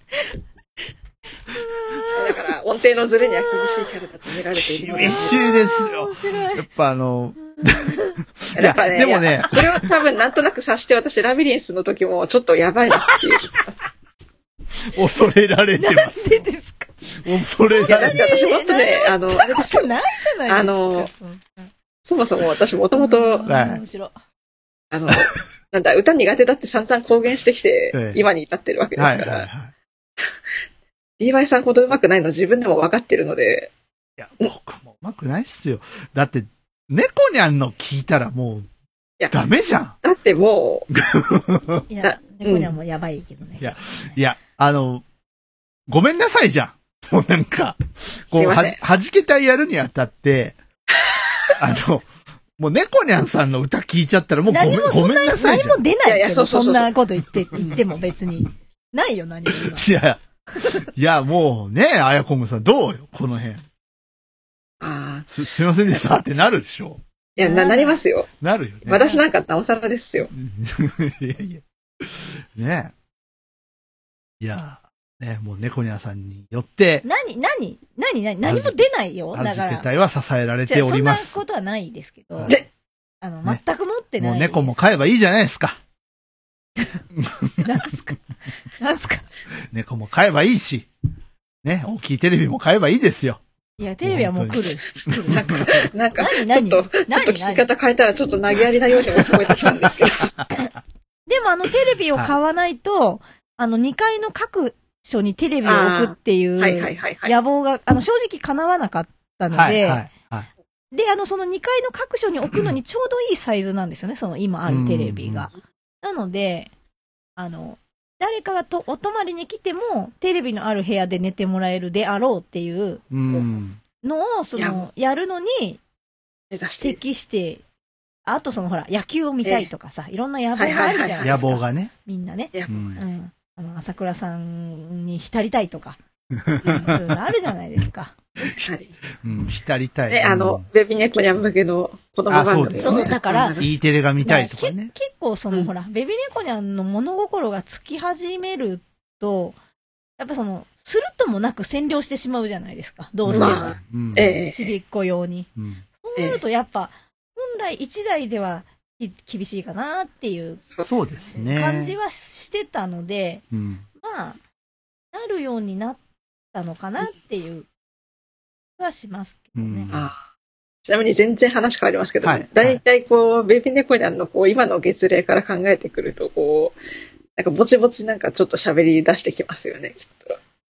だから、音程のズレには厳しいキャラだと見られている。 厳しいですよ。やっぱやっぱね、でもね、それを多分なんとなく察して私、ラビリンスの時もちょっとやばいなっていう。 恐れられてます。 なんでですか？ 恐れられてます。いや、なんか私もっとね、あれですよ。 ないじゃないですか。 そもそも私もともと、 面白い。 なんだ、歌苦手だって散々公言してきて、今に至ってるわけですから。DY さんほど上手くないの自分でも分かってるので。 いや、僕も上手くないっすよ。だって、猫にゃんの聞いたらもう、ダメじゃん。 だってもう。いや、猫にゃんもやばいけどね。 いや、ごめんなさいじゃん。もうなんか、こう、弾けたいやるにあたって、もう猫にゃんさんの歌聞いちゃったらもうごめんなさいじゃん。 何も出ないけど、そんなこと言っても別に。ないよ、何も今。いや、もうね、あやこむさんどうよ、この辺。すいませんでしたってなるでしょ。 いや、なりますよ。 なるよね。 私なんかなおさらですよ。 いやいや。ねえ。いや、ね、もう猫ニャンさんによって。 何も出ないよ。 だから。はじけ隊は支えられております。 そんなことはないですけど。 全く持ってない。 もう猫も飼えばいいじゃないですか。 なんすか猫も飼えばいいし。ね、大きいテレビも買えばいいですよ。 いや、テレビはもう来る。 なんか、ちょっと聞き方変えたらちょっと投げやりなようにも聞こえてきたんですけど。 でもテレビを買わないと、2階の各所にテレビを置くっていう野望が、正直叶わなかったので、で、その2階の各所に置くのにちょうどいいサイズなんですよね、その今あるテレビが。なので、誰かがお泊まりに来ても、テレビのある部屋で寝てもらえるであろうっていうのを、やるのに、適して、あとほら、野球を見たいとかさ、いろんな野望があるじゃないですか。 野望がね。 みんなね。朝倉さんに浸りたいとか、いろいろあるじゃないですか。 浸りたい。 ベビーネコニャン向けの子供番組ですね。 だから、 E テレが見たいとかね。 結構ほら、ベビーネコニャンの物心がつき始めると、やっぱするともなく占領してしまうじゃないですか。どうしても。ちびっこ用に。そうなるとやっぱ、本来一台では厳しいかなっていう感じはしてたので、まあ、なるようになったのかなっていうはしますけどね。 ちなみに全然話変わりますけど、だいたいベビーネコニャンの今の月齢から考えてくると、なんかぼちぼちなんかちょっと喋り出してきますよね、きっと。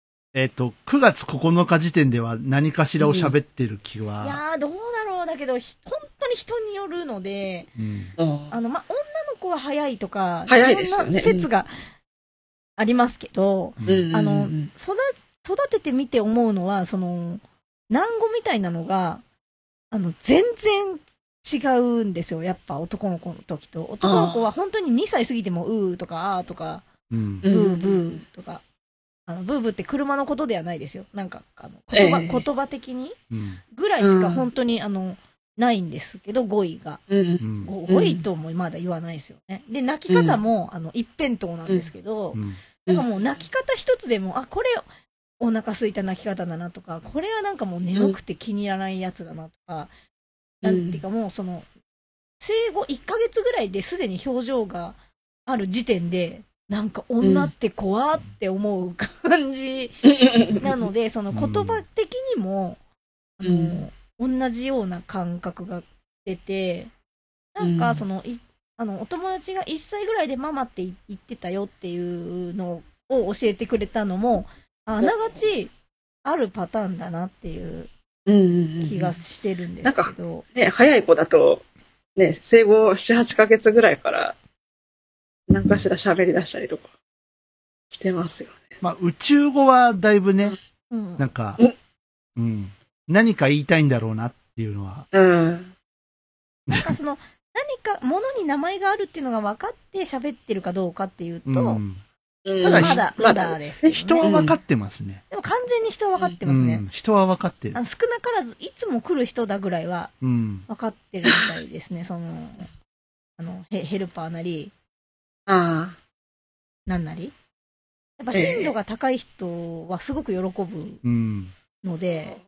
9月9日時点では何かしらを喋ってる気は。 いやー、どうだろうだけど、本当に人によるので、女の子は早いとか、 早いですよね。 いろんな説がありますけど、育ててみて思うのは、難語みたいなのが、全然違うんですよ。やっぱ男の子の時と。男の子は本当に2歳過ぎても、うーとか、あーとか、ブーブーとか、ブーブーって車のことではないですよ。なんか、言葉的にぐらいしか本当に、ないんですけど、語彙が。語彙ともまだ言わないですよね。で、泣き方も、一辺倒なんですけど、なんかもう泣き方一つでも、これ、お腹空いた泣き方だなとか、これはなんかもう眠くて気に入らないやつだなとか、なんていうかもう生後1ヶ月ぐらいですでに表情がある時点で、なんか女って怖って思う感じなので、言葉的にも、同じような感覚が出て、なんかお友達が1歳ぐらいでママって言ってたよっていうのを教えてくれたのも、あながちあるパターンだなっていう気がしてるんですけど。 なんかね、早い子だと、ね、生後7、8ヶ月ぐらいから、何かしら喋り出したりとか。 してますよね。 まあ、宇宙語はだいぶね、なんか、何か言いたいんだろうなっていうのは。 なんかその、何か、物に名前があるっていうのが分かって喋ってるかどうかっていうと、まだですけどね。 人は分かってますね。 でも完全に人は分かってますね。 人は分かってる。 少なからず、いつも来る人だぐらいは、分かってるみたいですね。その、ヘルパーなり、なんなり。やっぱ頻度が高い人はすごく喜ぶので、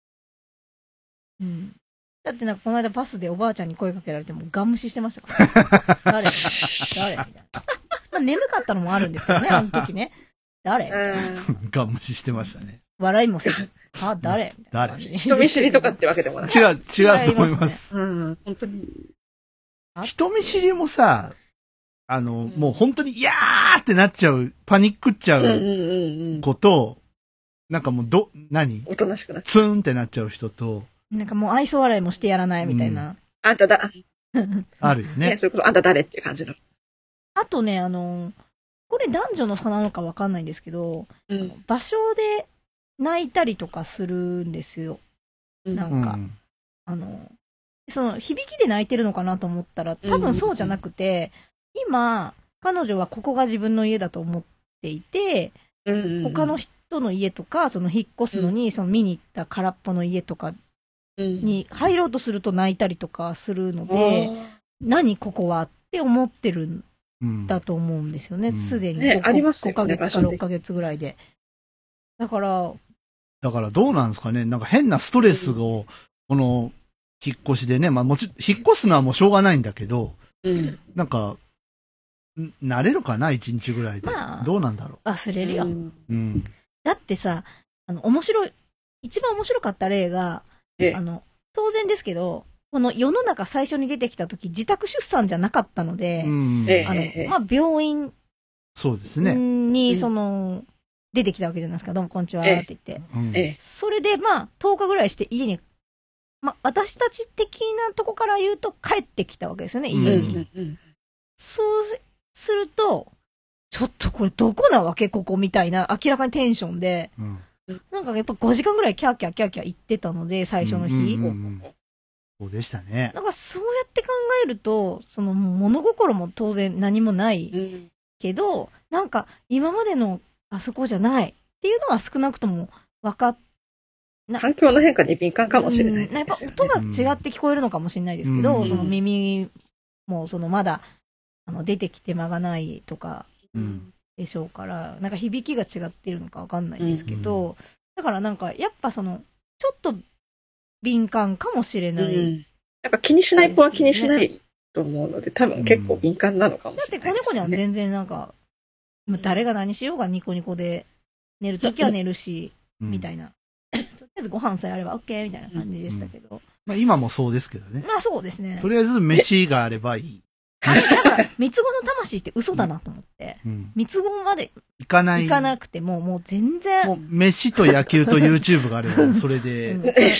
だってなんかこの間バスでおばあちゃんに声かけられてもガン無視してましたから。誰みたいな。まあ眠かったのもあるんですけどね、あの時ね。誰ガン無視してましたね。 笑いもせず。誰人見知りとかってわけでもない。 違うと思います。 本当に。 人見知りもさ、もう本当に、いやーってなっちゃう、パニックっちゃうこと、なんかもう何おとなしくなっちゃう。 ツーンってなっちゃう人と、 なんかもう愛想笑いもしてやらないみたいな。 あんたあるよね。 それこそあんた誰っていう感じの。 あとね、これ男女の差なのかわかんないんですけど、場所で泣いたりとかするんですよ。なんか、その響きで泣いてるのかなと思ったら、多分そうじゃなくて、今、彼女はここが自分の家だと思っていて、他の人の家とか、その引っ越すのに、その見に行った空っぽの家とかに入ろうとすると泣いたりとかするので、何ここはって思ってるんだと思うんですよね。すでに5ヶ月か6ヶ月ぐらいで。だからどうなんですかね。なんか変なストレスを、この引っ越しでね、まあもちろん、引っ越すのはもうしょうがないんだけど、なんか、慣れるかな1日ぐらいで。まあ、どうなんだろう。 忘れるよ。だってさ、一番面白かった例が、当然ですけど、この世の中最初に出てきた時、自宅出産じゃなかったので、まあ、病院そうですね。 に、出てきたわけじゃないですか。どうもこんにちはって言って。それで、まあ、10日ぐらいして家に、まあ、私たち的なとこから言うと帰ってきたわけですよね、家に。そうすると、ちょっとこれどこなわけここみたいな、明らかにテンションで、なんかやっぱ5時間ぐらいキャーキャー言ってたので、最初の日。 そうでしたね。 なんかそうやって考えると、物心も当然何もないけど、なんか今までのあそこじゃないっていうのは少なくとも環境の変化に敏感かもしれないですよね。 やっぱ音が違って聞こえるのかもしれないですけど、その耳もまだ出てきて間がないとかでしょうから、なんか響きが違ってるのかわかんないんですけど、だからなんかやっぱちょっと敏感かもしれない。 なんか気にしない子は気にしないと思うので、多分結構敏感なのかもしれないですね。 だって子猫には全然なんか、誰が何しようがニコニコで寝るときは寝るし、みたいな。とりあえずご飯さえあれば OK みたいな感じでしたけど。 まあ今もそうですけどね。 まあそうですね。 とりあえず飯があればいい。 だから、三つ子の魂って嘘だなと思って。三つ子まで行かなくてもう全然。もう飯と野球と YouTube があれば、それで。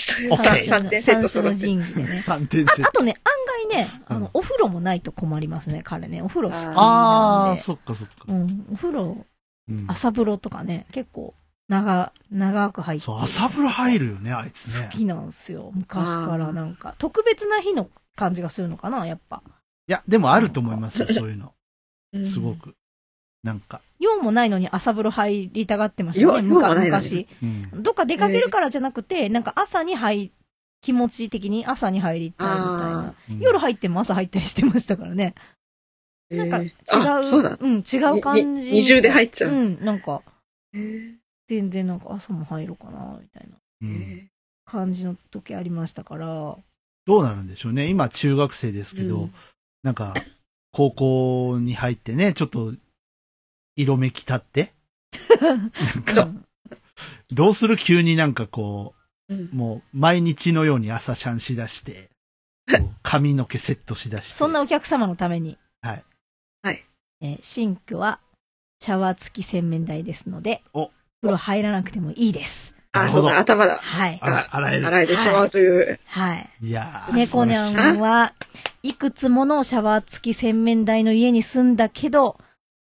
3点セットその神器でね。 3点セット。 あとね、案外ね、お風呂もないと困りますね、彼ね。お風呂好きなんで。 ああ、そっかそっか。 お風呂、朝風呂とかね、結構長く入って。 そう、朝風呂入るよね、あいつね。 好きなんですよ。昔からなんか。特別な日の感じがするのかな、やっぱ。 いや、でもあると思いますよ、そういうの。すごく。なんか。 用もないのに朝風呂入りたがってましたね、昔。どっか出かけるからじゃなくて、なんか気持ち的に朝に入りたいみたいな。夜入っても朝入ったりしてましたからね。なんか違う感じ。 二重で入っちゃう。 なんか、全然なんか朝も入ろうかな、みたいな感じの時ありましたから。 どうなるんでしょうね。今中学生ですけど、なんか、高校に入ってね、ちょっと、色めき立って。なんか、どうする急になんかこう、もう毎日のように朝シャンしだして、髪の毛セットしだして。 そんなお客様のために。 はい。 はい。 新居はシャワー付き洗面台ですので、風呂入らなくてもいいです。 そうだ、頭だ。 はい。 洗えてしまうという。 はい。 いや猫ニャンはいくつものシャワー付き洗面台の家に住んだけど、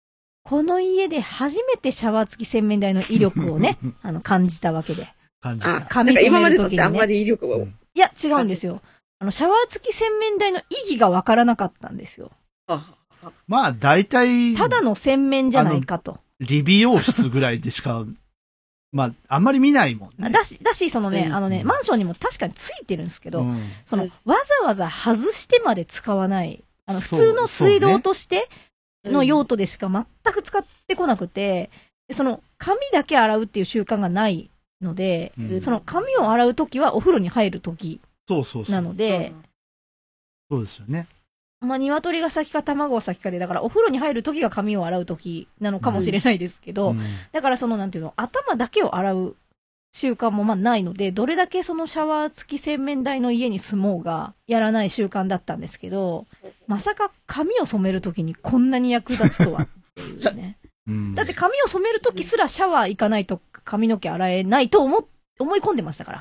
この家で初めてシャワー付き洗面台の威力をね、感じたわけで。 感じた。 髪染める時に、ね。あんまり威力を。 いや、違うんですよ。シャワー付き洗面台の意義がわからなかったんですよ。 まあ、大体。 ただの洗面じゃないかと。 理美容室ぐらいでしか、まあ、あんまり見ないもんね。 だし、そのね、マンションにも確かについてるんですけど、わざわざ外してまで使わない、普通の水道としての用途でしか全く使ってこなくて、髪だけ洗うっていう習慣がないので、髪を洗うときはお風呂に入るときなので、 そうですよね。 まあ、鶏が先か卵が先かで、だからお風呂に入るときが髪を洗うときなのかもしれないですけど、だからなんていうの、頭だけを洗う習慣もまあないので、どれだけシャワー付き洗面台の家に住もうがやらない習慣だったんですけど、まさか髪を染めるときにこんなに役立つとはっていうね。だって髪を染めるときすらシャワー行かないと髪の毛洗えないと思い込んでましたから。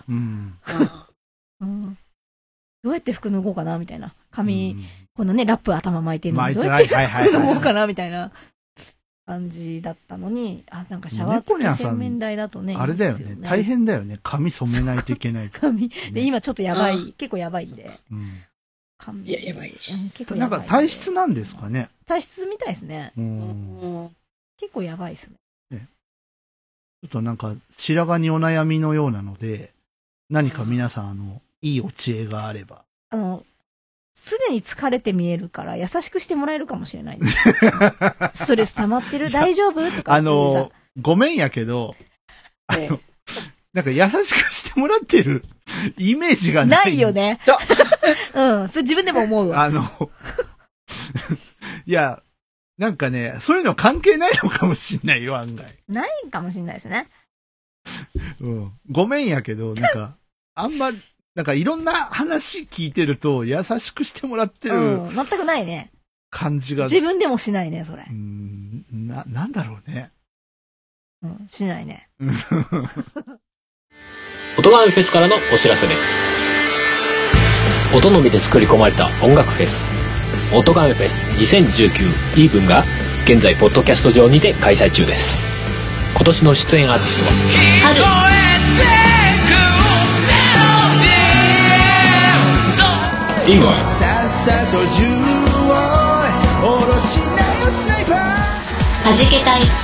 どうやって服脱ごうかなみたいな。髪、このね、ラップ頭巻いてるのにどうやって服脱ごうかなみたいな感じだったのに、なんかシャワー付き洗面台だとね。 あれだよね。大変だよね。髪染めないといけない。 髪。で、今ちょっとやばい。結構やばいんで。 いや、やばい。 結構やばい。 なんか体質なんですかね。 体質みたいですね。結構やばいですね。 ちょっとなんか、白髪にお悩みのようなので、何か皆さん、いいお知恵があれば。 すでに疲れて見えるから優しくしてもらえるかもしれないです。ストレス溜まってる大丈夫とかごめんやけど、なんか優しくしてもらってるイメージがない。 ないよね。うん、それ自分でも思うわ。 いや、なんかね、そういうの関係ないのかもしんないよ、案外。 ないかもしんないですね。 ごめんやけど、なんか、あんまり、なんかいろんな話聞いてると優しくしてもらってる。 全くないね。 感じが。 自分でもしないね、それ。 なんだろうね。 しないね。 音がめフェスからのお知らせです。音のみで作り込まれた音楽フェス。音がめフェス2019イーブンが現在ポッドキャスト上にて開催中です。今年の出演アーティストは春。 リンゴははじけたい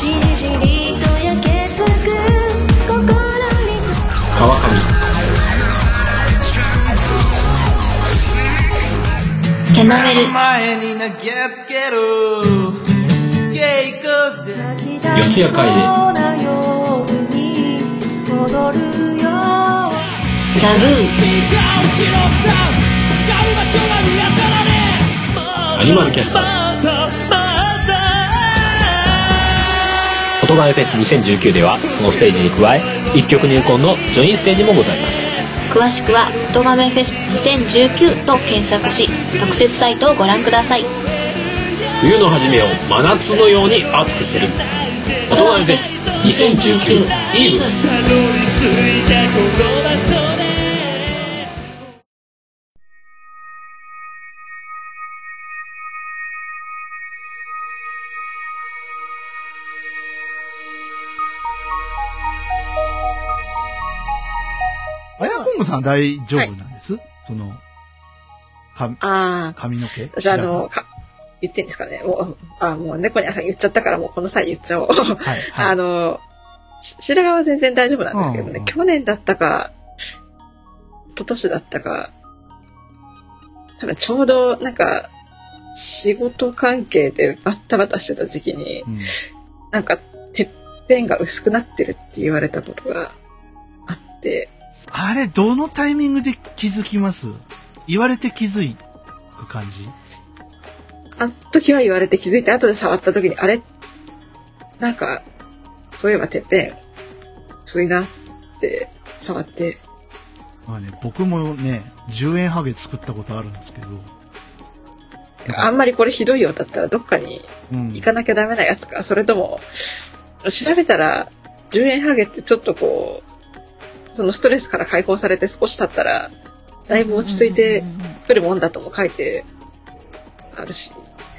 川上キャナメル四谷楓ザグーアニマルキャスターズ。音がめフェス2019ではそのステージに加え一曲入魂のジョインステージもございます。 詳しくは音がめフェス2019と検索し特設サイトをご覧ください。 冬の初めを真夏のように熱くする音がめフェス2019イーブン。 さん大丈夫なんです、髪の毛私言っていいんですかね。もう猫に朝言っちゃったからもうこの際言っちゃおう。白髪は全然大丈夫なんですけどね、去年だったか、一昨年だったか、多分ちょうどなんか、仕事関係でバッタバタしてた時期に、なんか、てっぺんが薄くなってるって言われたことがあって、 あれ、どのタイミングで気づきます？言われて気づく感じ？ あの時は言われて気づいて、後で触った時に、あれなんか、そういえばてっぺん、薄いなって触って。 まあね、僕もね、10円ハゲ作ったことあるんですけど。 あんまりこれひどいようだったらどっかに行かなきゃダメなやつか、それとも、調べたら、10円ハゲってちょっとこう、そのストレスから解放されて少し経ったらだいぶ落ち着いてくるもんだとも書いてあるし、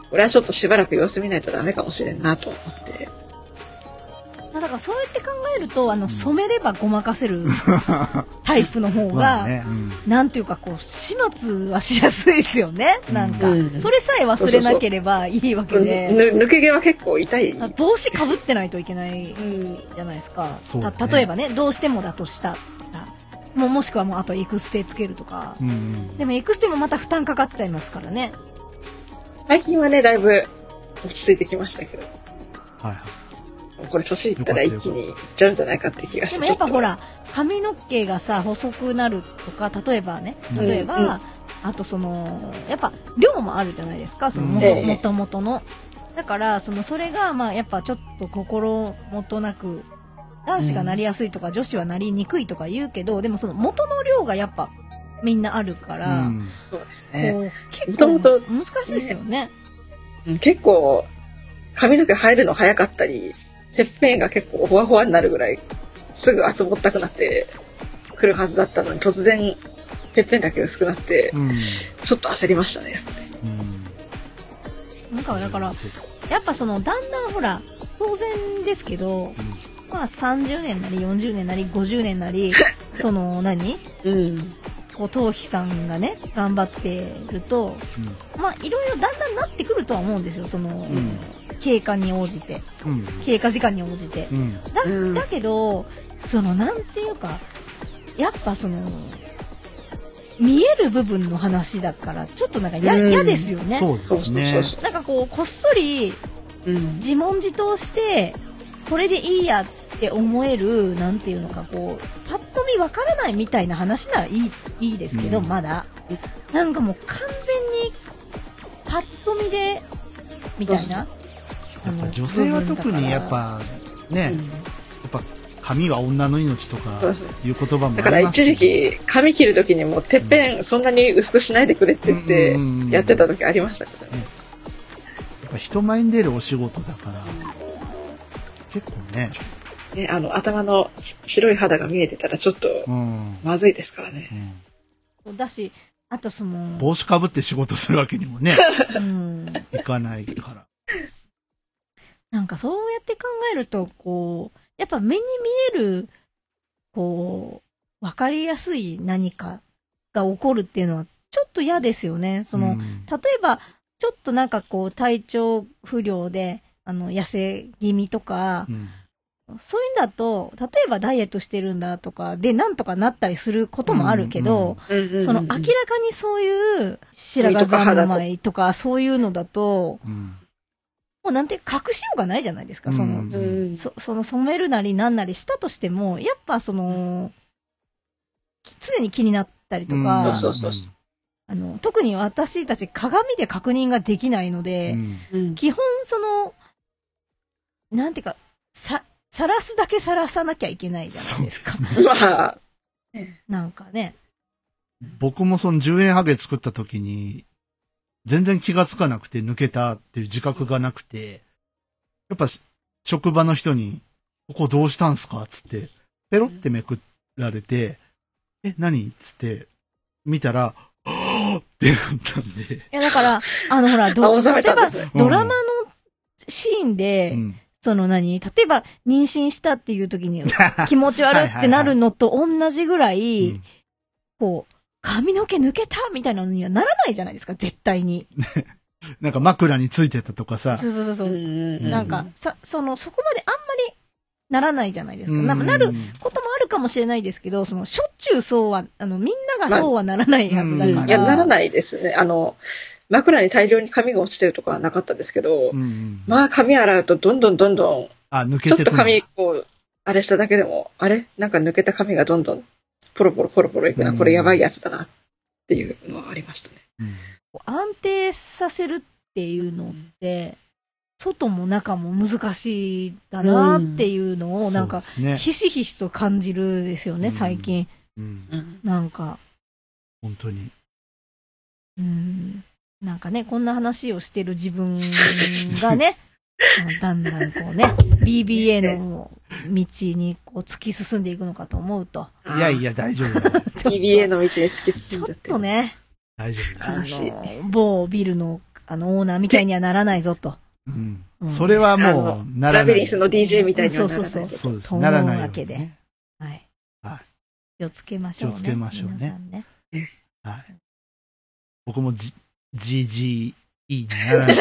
俺はちょっとしばらく様子見ないとダメかもしれんなと思って。 だからそうやって考えると、染めればごまかせるタイプの方が、なんていうかこう、始末はしやすいですよね。なんか、それさえ忘れなければいいわけで。 抜け毛は結構痛い。 帽子かぶってないといけないじゃないですか。例えばね、どうしてもだとしたら。もしくはもうあとエクステつけるとか。でもエクステもまた負担かかっちゃいますからね。 最近はね、だいぶ落ち着いてきましたけど。 はい。 これ年いったら一気にいっちゃうんじゃないかって気がして。 でもやっぱほら、髪の毛がさ、細くなるとか、例えば、あとやっぱ量もあるじゃないですか、その元々の。だから、それが、まあやっぱちょっと心もとなく、男子がなりやすいとか、女子はなりにくいとか言うけど、でもその元の量がやっぱみんなあるから、 そうですね。 結構難しいですよね。 結構、髪の毛生えるの早かったり、てっぺんが結構ほわほわになるぐらいすぐ集まったくなってくるはずだったのに、突然てっぺんだけ薄くなって、ちょっと焦りましたね、やっぱり。 なんかだからやっぱだんだんほら当然ですけど、まあ30年なり40年なり50年なりこう頭皮さんがね頑張ってると、まあいろいろだんだんなってくるとは思うんですよ、経過に応じて、経過時間に応じて、だけどなんていうかやっぱ見える部分の話だからちょっとなんか嫌ですよね。 そうですね。 なんかこうこっそり自問自答してこれでいいやって思えるなんていうのかこうパッと見わからないみたいな話ならいいですけど、まだなんかもう完全にパッと見でみたいな。 女性は特にやっぱね、やっぱ髪は女の命とかいう言葉もあります、 だから一時期髪切る時にもてっぺんそんなに薄くしないでくれって言ってやってた時ありましたけどね。 やっぱ人前に出るお仕事だから、結構ね頭の白い肌が見えてたらちょっとまずいですからね。 だしあと帽子かぶって仕事するわけにもねいかないから。 なんかそうやって考えると、こう、やっぱ目に見える、こう、わかりやすい何かが起こるっていうのはちょっと嫌ですよね。例えば、ちょっとなんかこう、体調不良で、痩せ気味とか、そういうんだと、例えばダイエットしてるんだとか、で、なんとかなったりすることもあるけど、明らかにそういう白髪三昧とか、そういうのだと、もうなんて隠しようがないじゃないですか。染めるなりなんなりしたとしても、やっぱ常に気になったりとか、特に私たち鏡で確認ができないので、基本なんていうか、晒すだけ晒さなきゃいけないじゃないですか。なんかね。 僕も10円ハゲ作った時に、全然気がつかなくて抜けたっていう自覚がなくて、やっぱ職場の人に、ここどうしたんすかつって、ペロってめくられて、何つって、見たら、はぁってなったんで。 いやだから、ほら、例えばドラマのシーンで、例えば妊娠したっていう時に気持ち悪ってなるのと同じぐらい、こう、髪の毛抜けたみたいなのにはならないじゃないですか、絶対に。 なんか枕についてたとかさ。 そう。なんか、そこまであんまりならないじゃないですか。なることもあるかもしれないですけど、しょっちゅうそうは、みんながそうはならないはずだから。 いや、ならないですね。枕に大量に髪が落ちてるとかはなかったですけど、まあ髪洗うとどんどん、 抜けてちょっと髪あれしただけでも、なんか抜けた髪がどんどん、ポロポロいくな、これやばいやつだなっていうのはありましたね。 安定させるっていうのって、外も中も難しいだなっていうのを、なんか、ひしひしと感じるですよね、最近。なんか。 本当に。 なんかね、こんな話をしてる自分がね、だんだんこうね、BBA の道にこう突き進んでいくのかと思うと。 いやいや、大丈夫。 BBA の道に突き進んじゃって。 ちょっとね、 大丈夫。 悲しい。 某ビルのオーナーみたいにはならないぞと。 うん。それはもう、ならない。 ラビリンスの DJ みたいにはならない。 そうです。ならないわけで。はい。気をつけましょうね。 気をつけましょうね。皆さんね。はい。僕もGGE にならない。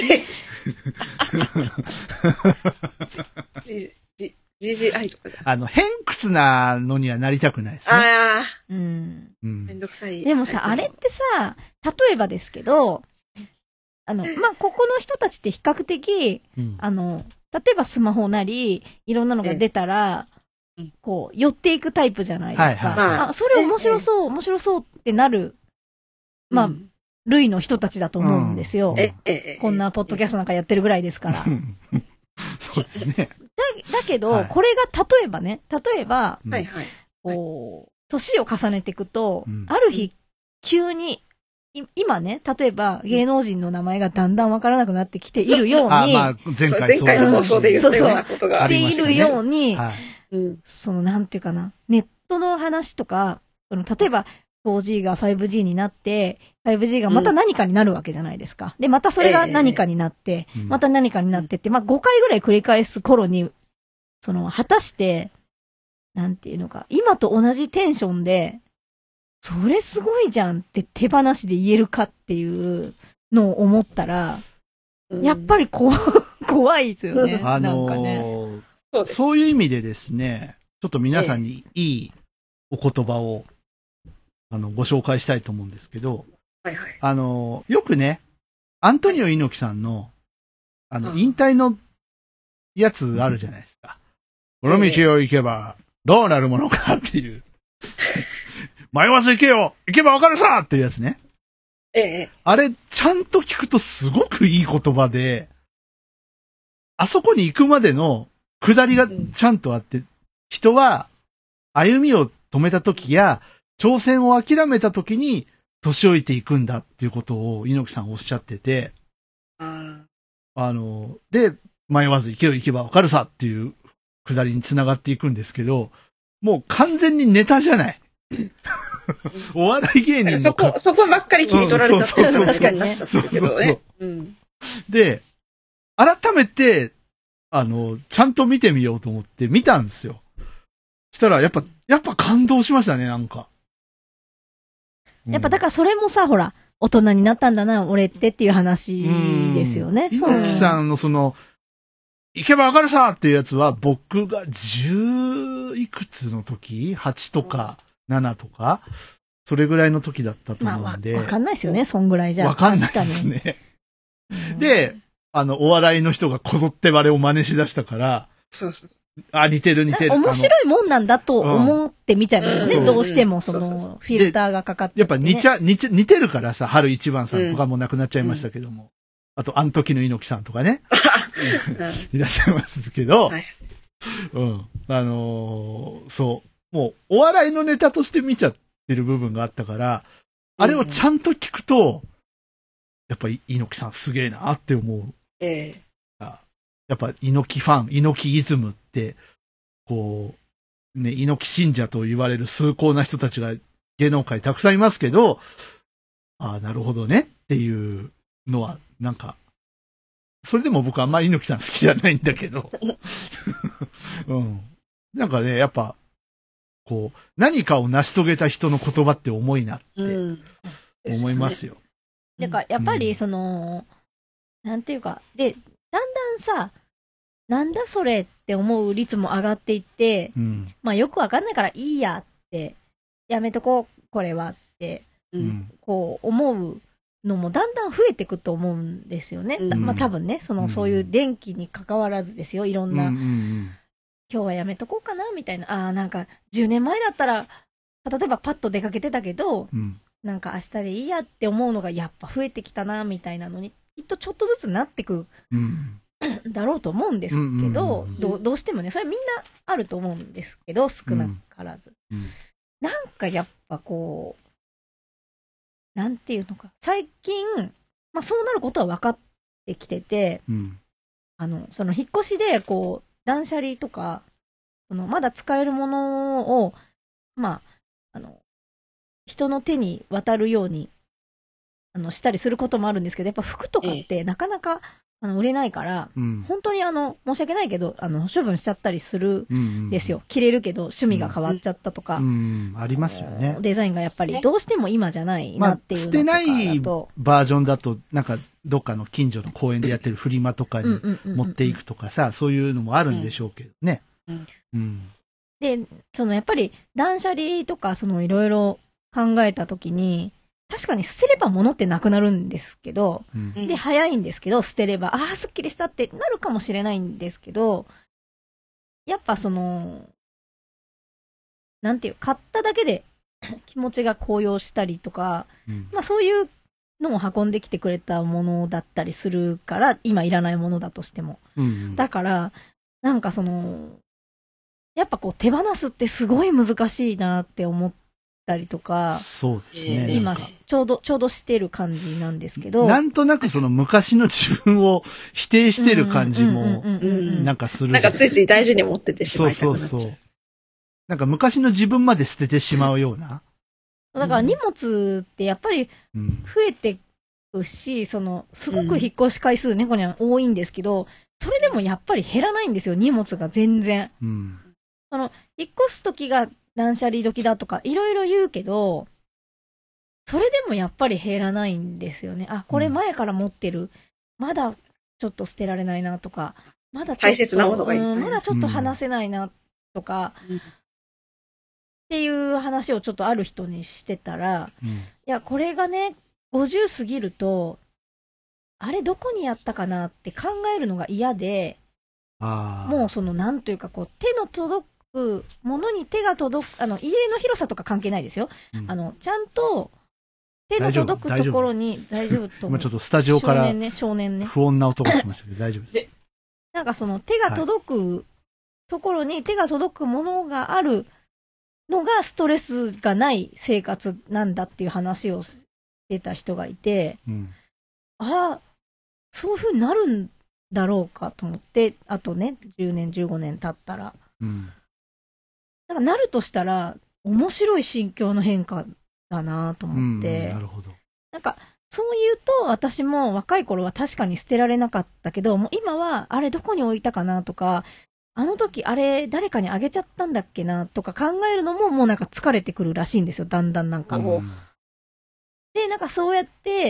GGI とか偏屈なのにはなりたくないですね。 ああ。 めんどくさい。 でもさ、あれってさ、例えばですけど、ここの人たちって比較的、例えばスマホなり、いろんなのが出たら、こう、寄っていくタイプじゃないですか。それ面白そうってなる、類の人たちだと思うんですよ。こんなポッドキャストなんかやってるぐらいですから。 そうですね。 だけど、これが例えば、こう、年を重ねていくと、ある日、急に、今ね、例えば芸能人の名前がだんだんわからなくなってきているように、 前回の放送で言ったようなことがありましたね。しているように、なんていうかな、ネットの話とか、例えば 4G が 5G になって、5G がまた何かになるわけじゃないですか。で、またそれが何かになって、また何かになってって、5回ぐらい繰り返す頃に、果たして、なんていうのか、今と同じテンションで、それすごいじゃんって手放しで言えるかっていうのを思ったら、やっぱり怖いですよね。なんかね。 そういう意味でですね、ちょっと皆さんにいいお言葉を、ご紹介したいと思うんですけど、よくね、アントニオ猪木さんの、引退のやつあるじゃないですか。この道を行けば、どうなるものかっていう。迷わず行けよ行けばわかるさっていうやつね。あれ、ちゃんと聞くとすごくいい言葉で、あそこに行くまでの下りがちゃんとあって、人は歩みを止めた時や、挑戦を諦めた時に年老いていくんだっていうことを猪木さんおっしゃってて、で、迷わず行けよ行けばわかるさっていう下りに繋がっていくんですけど、もう完全にネタじゃない。お笑い芸人のそこばっかり切り取られちゃってるの確かになっちゃってるけどね。 で、改めて、ちゃんと見てみようと思って見たんですよ。したら、やっぱ感動しましたね、なんか。 やっぱだからそれもさ、ほら、大人になったんだな、俺ってっていう話ですよね。 猪木さんの行けばわかるさっていうやつは、僕が10いくつの時 ?8 とか7とかそれぐらいの時だったと思うんで。 わかんないですよね、そんぐらいじゃ。 わかんないですね。で、お笑いの人がこぞってバレを真似しだしたから、似てる。 面白いもんなんだと思って見ちゃいますね。どうしてもフィルターがかかって、 やっぱ似てるからさ、春一番さんとかも亡くなっちゃいましたけども。あと、あの時の猪木さんとかね。いらっしゃいますけど、そう。もう、お笑いのネタとして見ちゃってる部分があったから、あれをちゃんと聞くと、やっぱり猪木さんすげえなって思う。やっぱ猪木ファン、猪木イズムって、こう、ね、猪木信者と言われる崇高な人たちが芸能界たくさんいますけど、なるほどねっていうのは、なんか、それでも僕あんまり猪木さん好きじゃないんだけど、なんかね、やっぱ、こう、何かを成し遂げた人の言葉って重いなって思いますよ。 だから、やっぱりなんていうか、で、だんだんさ、なんだそれって思う率も上がっていって、よくわかんないからいいやって、やめとこう、これはって、こう思うのもだんだん増えていくと思うんですよね。多分ね、そういう電気に関わらずですよ、いろんな、今日はやめとこうかな、みたいな。なんか、10年前だったら、例えばパッと出かけてたけど、なんか明日でいいやって思うのがやっぱ増えてきたな、みたいなのに、きっとちょっとずつなってく、だろうと思うんですけど、どうしてもね、それみんなあると思うんですけど、少なからず。なんかやっぱこう、なんていうのか、最近、そうなることは分かってきてて、引っ越しで、こう、断捨離とか、まだ使えるものを、人の手に渡るように、 したりすることもあるんですけど、やっぱ服とかってなかなか、売れないから、本当に申し訳ないけど、処分しちゃったりするんですよ。着れるけど、趣味が変わっちゃったとか。 ありますよね。 デザインがやっぱり、どうしても今じゃないなっていうのとかだと。 捨てないバージョンだと、なんか、どっかの近所の公園でやってるフリマとかに持っていくとかさ、そういうのもあるんでしょうけどね。 で、やっぱり、断捨離とか、いろいろ考えたときに、確かに捨てれば物ってなくなるんですけど、で、早いんですけど、捨てれば、すっきりしたってなるかもしれないんですけど、やっぱなんていう、買っただけで気持ちが高揚したりとか、まあそういうのを運んできてくれたものだったりするから、今いらないものだとしても。だから、なんかやっぱ手放すってすごい難しいなって思ったりとか、 そうですね。 今、ちょうどしてる感じなんですけど。 なんとなく昔の自分を否定してる感じも、なんかする。 なんかついつい大事に持っててしまいたくなっちゃう。 そう。なんか昔の自分まで捨ててしまうような。 だから荷物ってやっぱり増えてくし、すごく引っ越し回数猫には多いんですけど、それでもやっぱり減らないんですよ、荷物が全然。引っ越す時が断捨離時だとかいろいろ言うけど、それでもやっぱり減らないんですよね。これ前から持ってる。まだちょっと捨てられないなとか、まだちょっと大切なものがいい。 まだちょっと話せないなとか、っていう話をちょっとある人にしてたら、いや、これがね、50過ぎると、あれどこにやったかなって考えるのが嫌で、もうなんというか手の届くものに手が届く、家の広さとか関係ないですよ。ちゃんと手の届くところに、大丈夫と思う。 今ちょっとスタジオから少年ね。 不穏な音がしましたけど、大丈夫です。 なんか手が届くところに手が届くものがあるのがストレスがない生活なんだっていう話をしてた人がいて、そういう風になるんだろうかと思って、あとね、10年、15年経ったら。なんかなるとしたら、面白い心境の変化だなと思って。 なるほど。 なんか、そう言うと、私も若い頃は確かに捨てられなかったけど、もう今は、あれどこに置いたかなとか、あの時あれ誰かにあげちゃったんだっけなとか考えるのももうなんか疲れてくるらしいんですよ、だんだんなんか。で、なんかそうやって、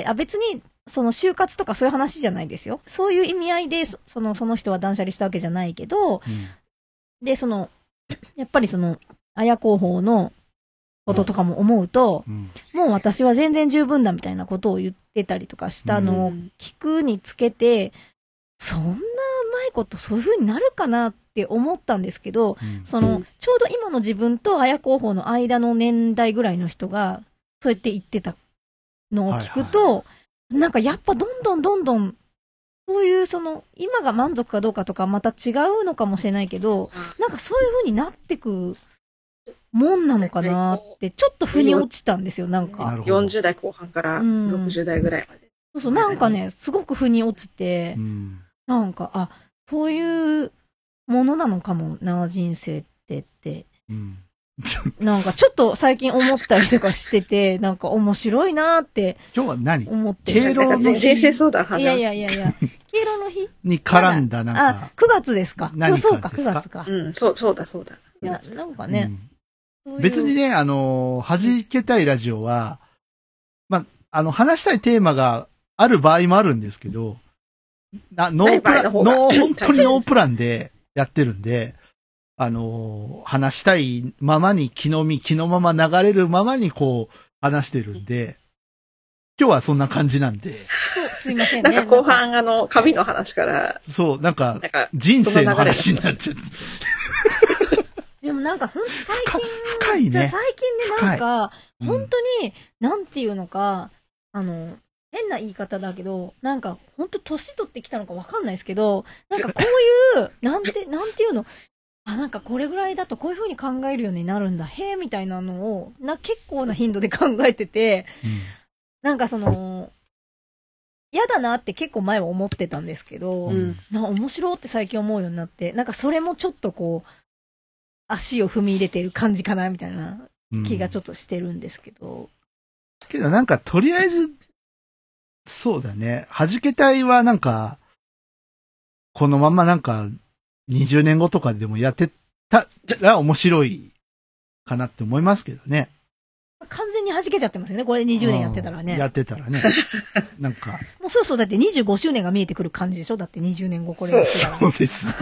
別に、就活とかそういう話じゃないですよ。そういう意味合いで、その人は断捨離したわけじゃないけど、で、やっぱり綾広報のこととかも思うと、もう私は全然十分だみたいなことを言ってたりとかしたのを聞くにつけて、そんなうまいことそういう風になるかなって思ったんですけど、ちょうど今の自分と綾広報の間の年代ぐらいの人が、そうやって言ってたのを聞くと、なんかやっぱどんどん、そういう今が満足かどうかとかまた違うのかもしれないけど、なんかそういう風になってくもんなのかなって、ちょっと腑に落ちたんですよ、なんか。 40代後半から60代ぐらいまで。 そう、なんかね、すごく腑に落ちて、なんか、そういうものなのかもな、人生ってって。なんかちょっと最近思ったりとかしてて、なんか面白いなーって。 今日は何思って敬老の日。 人生相談いや。敬老の日に絡んだなんか。 9月ですか。そうか、9月か。 そうだ。 いや、なんかね。 別にね、弾けたいラジオは、話したいテーマがある場合もあるんですけど、本当にノープランでやってるんで、話したいままに気のまま流れるままに話してるんで、今日はそんな感じなんで。 そう、すいませんね。 なんか後半紙の話から。 そう、なんか、人生の話になっちゃって。 でもなんかほんと最近、 深いね。 最近ね、なんか、本当に、なんていうのか、変な言い方だけど、なんか、ほんと年取ってきたのかわかんないですけど、なんかこういう、なんていうの、なんかこれぐらいだとこういう風に考えるようになるんだ、へえ、みたいなのを、結構な頻度で考えてて、なんか嫌だなって結構前は思ってたんですけど、面白って最近思うようになって、なんかそれもちょっと足を踏み入れてる感じかな、みたいな気がちょっとしてるんですけど。 けどなんかとりあえず、 そうだね。弾け隊はなんか、このままなんか、20年後とかでもやってたら面白いかなって思いますけどね。 完全に弾けちゃってますよね。これ20年やってたらね。 やってたらね。なんか。 もうそろそろだって25周年が見えてくる感じでしょ？だって20年後これやってたら。 そうですね。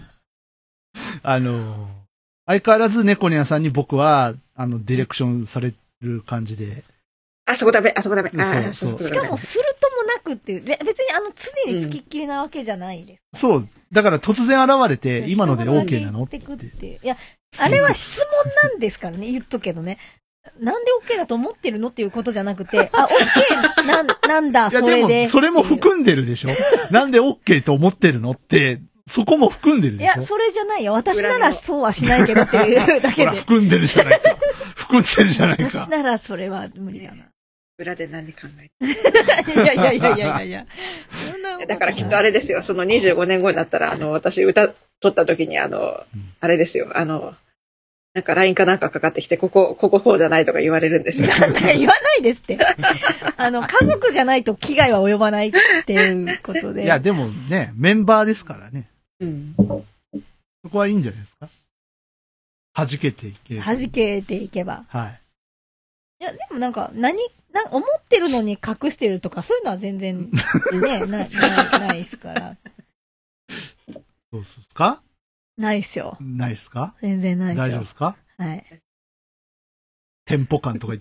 相変わらず猫ニャンさんに僕は、ディレクションされる感じで。 あそこダメ、あそこダメ。 そう。 しかもするともなくっていう、別に常につきっきりなわけじゃないです。 そう。だから突然現れて、今ので OK なのって。 いや、あれは質問なんですからね、言っとくけどね。なんで OK だと思ってるのっていうことじゃなくて、OK なんだ、それで。 いや、でも、それも含んでるでしょ？なんで OK と思ってるのって、そこも含んでるでしょ？ いや、それじゃないよ。私ならそうはしないけどっていうだけで。 ほら、含んでるじゃないか。含んでるじゃないか。 私ならそれは無理だな。 裏で何考えていや。 だからきっとあれですよ。その25年後になったら、私歌撮った時にあれですよ。なんか LINE かなんかかかってきて、ここじゃないとか言われるんですよ。 なんだか言わないですって。家族じゃないと危害は及ばないっていうことで。 いや、でもね、メンバーですからね。 うん。 そこはいいんじゃないですか？弾けていけば。 弾けていけば。 はい。 いや、でもなんか、思ってるのに隠してるとか、そういうのは全然、ね、ないですから。 そうですか？ ないっすよ。 ないですか？ 全然ないっすよ。 大丈夫ですか？ はい。 テンポ感とか言って。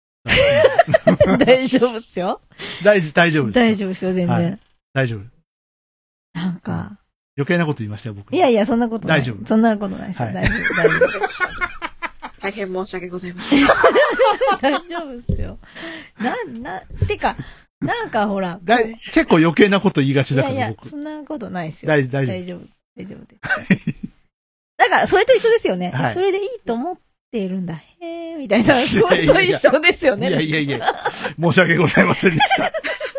大丈夫っすよ。 大丈夫です。 大丈夫ですよ、全然。はい、 大丈夫。 なんか。 余計なこと言いましたよ、僕。 いや、そんなことない。 大丈夫。 そんなことないですよ。はい、大丈夫。 大変申し訳ございません。 大丈夫っすよ。てか、なんかほら。 結構余計なこと言いがちだから、僕。 いや、そんなことないですよ。 大丈夫。 大丈夫です。だから、それと一緒ですよね。 はい、 それでいいと思っているんだ。へー、みたいな。それと一緒ですよね。 いや。申し訳ございませんでした。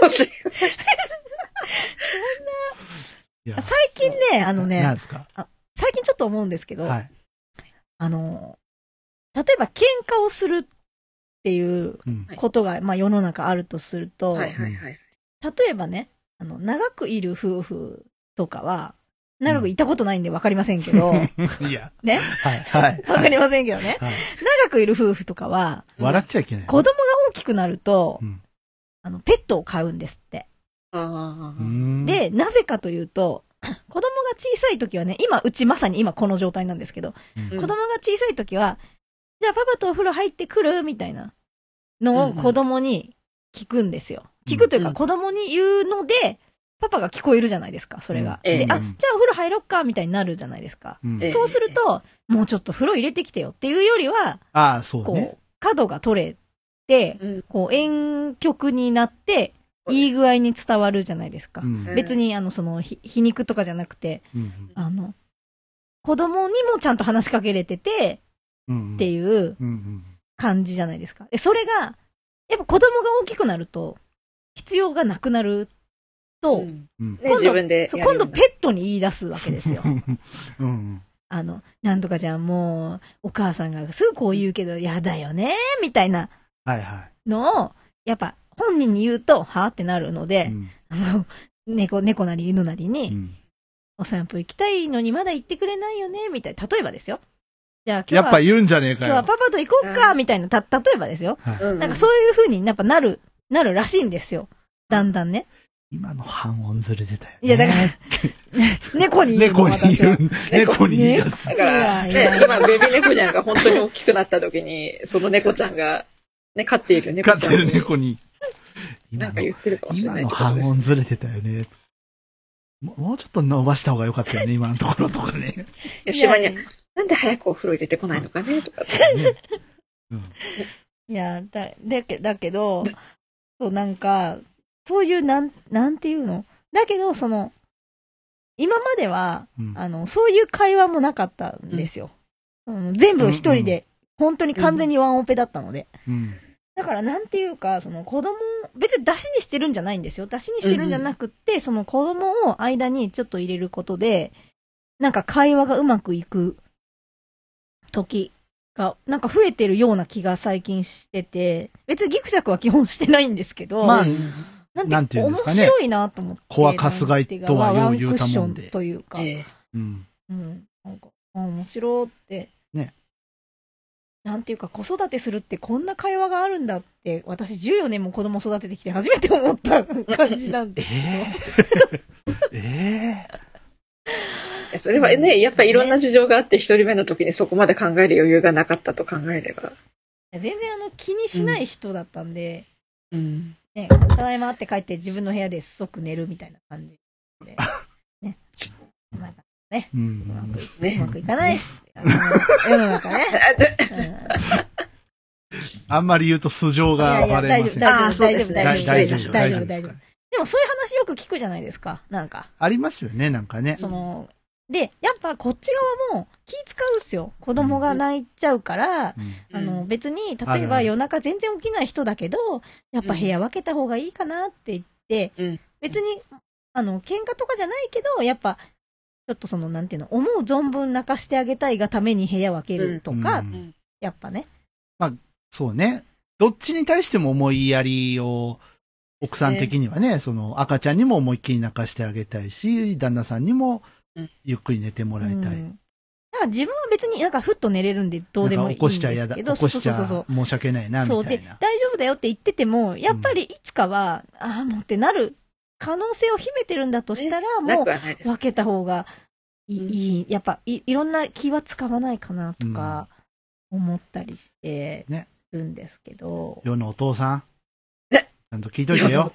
最近ね、 何ですか？ 最近ちょっと思うんですけど、 はい、 例えば喧嘩をするっていうことが、まあ世の中あるとすると、例えばね、長くいる夫婦とかは、長くいたことないんで分かりませんけど、 いや。 ね。 はい。 分かりませんけどね。長くいる夫婦とかは、 笑っちゃいけない。 子供が大きくなると、ペットを飼うんですって。で、なぜかというと、子供が小さい時はね、うちまさに今この状態なんですけど、子供が小さい時は、じゃあパパとお風呂入ってくるみたいなのを子供に聞くんですよ。聞くというか子供に言うので、パパが聞こえるじゃないですか、それが。で、じゃあお風呂入ろっかみたいになるじゃないですか。そうすると、もうちょっと風呂入れてきてよっていうよりは、こう、角が取れて、こう、遠曲になって、いい具合に伝わるじゃないですか。別に、皮肉とかじゃなくて、子供にもちゃんと話しかけれてて、っていう感じじゃないですか。それが、やっぱ子供が大きくなると、必要がなくなると、今度ペットに言い出すわけですよ。なんとかじゃん、もう、お母さんがすぐこう言うけど、やだよね、みたいなのを、やっぱ本人に言うと、はぁってなるので、猫なり犬なりに、お散歩行きたいのにまだ行ってくれないよね、みたいな。例えばですよ。じゃあ今日は。 やっぱ言うんじゃねえかよ。 今日はパパと行こうか、みたいな。例えばですよ。なんかそういう風にやっぱなるらしいんですよ。だんだんね。 今の半音ずれてたよね。 いや、だから、猫に言う。 猫に言い出す。 だから、今、ベビー猫ちゃんが本当に大きくなった時に、その猫ちゃんが、ね、飼っている猫ちゃんに。 飼ってる猫に。 なんか言ってるかもしれない。 今の半音ずれてたよね。もうちょっと伸ばした方が良かったよね、今のところとかね。 島に、なんで早くお風呂入れてこないのかね、とか。 いや、だけど、そうなんか、そういう、なんていうの？だけど、今までは、そういう会話もなかったんですよ。全部一人で、本当に完全にワンオペだったので。だから、なんていうか、子供、別に出しにしてるんじゃないんですよ。出しにしてるんじゃなくって、その子供を間にちょっと入れることで、なんか会話がうまくいく時が、なんか増えてるような気が最近してて、別にギクシャクは基本してないんですけど、 まあ、 なんていうんですかね。 面白いなと思って。 コアカスガイとはよう言うたもんで。 というか。うん。なんか、面白って。 ね。 なんていうか、子育てするってこんな会話があるんだって、私14年も子供育ててきて初めて思った感じなんで。 それはね、やっぱりいろんな事情があって、一人目の時にそこまで考える余裕がなかったと考えれば。 全然気にしない人だったんで、 ね、 ただいまって帰って自分の部屋で即寝るみたいな感じで。ね。なんかね、うまくいかないです。世の中ね。 あんまり言うと素性がバレません。 大丈夫。でもそういう話よく聞くじゃないですか。なんか。 ありますよね、なんかね。 で、やっぱこっち側も気使うっすよ。子供が泣いちゃうから、別に、例えば夜中全然起きない人だけど、やっぱ部屋分けた方がいいかなって言って、別に、喧嘩とかじゃないけど、やっぱ、ちょっとなんていうの、思う存分泣かしてあげたいがために部屋分けるとか、やっぱね。 まあ、そうね。どっちに対しても思いやりを、奥さん的にはね、赤ちゃんにも思いっきり泣かしてあげたいし、旦那さんにも、ゆっくり寝てもらいたい。だから自分は別にふっと寝れるんでどうでもいいんですけど。 起こしちゃ申し訳ないな、みたいな。そうで、 大丈夫だよって言ってても、やっぱりいつかは、もうってなる可能性を秘めてるんだとしたら、もう分けた方がいい。やっぱいろんな気は使わないかなとか思ったりしてるんですけど。 世のお父さん。ちゃんと聞いといてよ。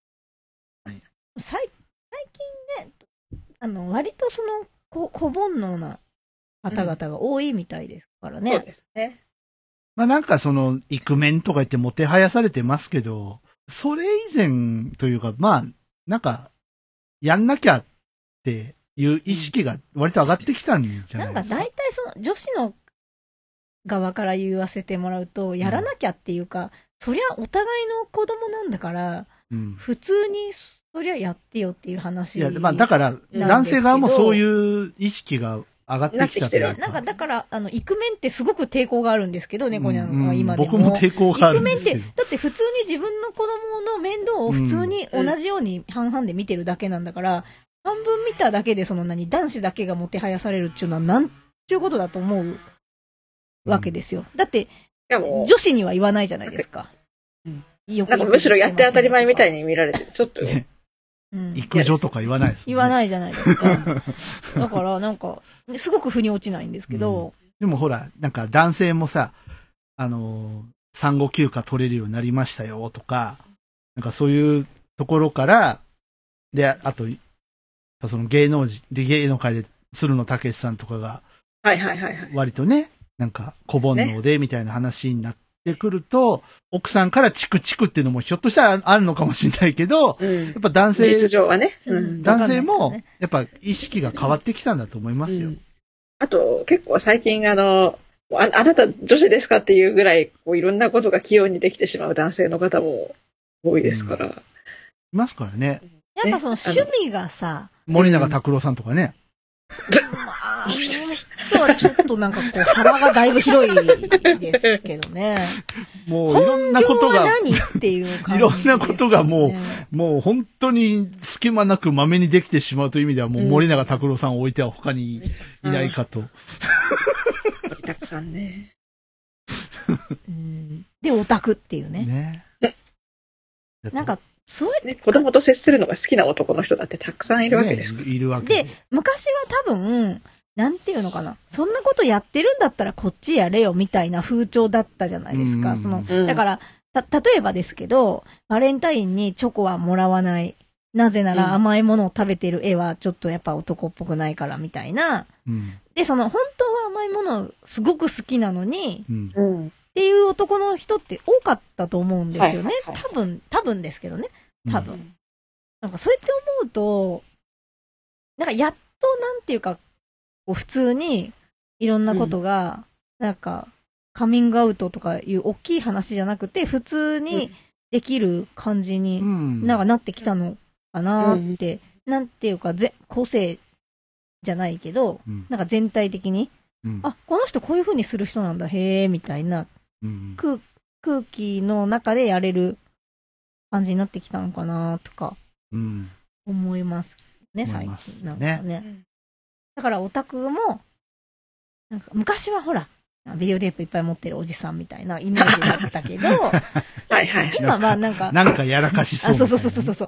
最近ね、割と小煩悩な方々が多いみたいですからね。 そうですね。 まあなんかイクメンとか言ってもてはやされてますけど、それ以前というか、まあ、なんか、やんなきゃっていう意識が割と上がってきたんじゃないですか。 なんか大体女子の側から言わせてもらうと、やらなきゃっていうか、そりゃお互いの子供なんだから、普通にそりゃやってよっていう話。 いや、まあだから、男性側もそういう意識が上がってきたというか。 なんかだから、イクメンってすごく抵抗があるんですけどね、こにゃんは今でも。 僕も抵抗があるんですけど。 イクメンって、だって普通に自分の子供の面倒を普通に同じように半々で見てるだけなんだから、半分見ただけで男子だけがもてはやされるっていうのはなんちゅうことだと思うわけですよ。だって、女子には言わないじゃないですか。 なんかむしろやって当たり前みたいに見られて、ちょっと。 育女とか言わないですよね。 言わないじゃないですか。だからなんか、すごく腑に落ちないんですけど。 でもほら、なんか男性もさ、産後休暇取れるようになりましたよとか、なんかそういうところから、で、あと、芸能界で鶴野武さんとかが、割とね、なんか小煩悩でみたいな話になってくると、奥さんからチクチクっていうのもひょっとしたらあるのかもしれないけど、やっぱ男性、 実情はね、 男性もやっぱ意識が変わってきたんだと思いますよ。 あと結構最近あなた女子ですかっていうぐらいいろんなことが器用にできてしまう男性の方も多いですから。いますからね。 やっぱ趣味がさ、 森永卓郎さんとかね。 あの人はちょっとなんか幅がだいぶ広いですけどね。 もういろんなことが、 何っていう感じ、ね。 いろんなことがもう本当に隙間なくまめにできてしまうという意味ではもう森永卓郎さんを置いては他にいないかと。 森拓さんね。 で、オタクっていうね。なんか、そうやって、 子供と接するのが好きな男の人だってたくさんいるわけですから。 いるわけで、昔は多分、なんていうのかな。そんなことやってるんだったらこっちやれよみたいな風潮だったじゃないですか。だから、例えばですけど、バレンタインにチョコはもらわない。なぜなら甘いものを食べてる絵はちょっとやっぱ男っぽくないからみたいな。で、本当は甘いものすごく好きなのに、っていう男の人って多かったと思うんですよね。多分ですけどね。多分。なんかそうやって思うと、なんかやっとなんていうか、普通にいろんなことが、なんかカミングアウトとかいう大きい話じゃなくて、普通にできる感じになんかなってきたのかなって、なんていうか、個性じゃないけど、なんか全体的に、あ、この人こういう風にする人なんだ、へーみたいな、空気の中でやれる感じになってきたのかなとか、思いますね、最近。なんかね。だからオタクも、なんか昔はほら、ビデオテープいっぱい持ってるおじさんみたいなイメージだったけど、 はいはい。 今はなんか、 なんかやらかしそう、ね。 そう。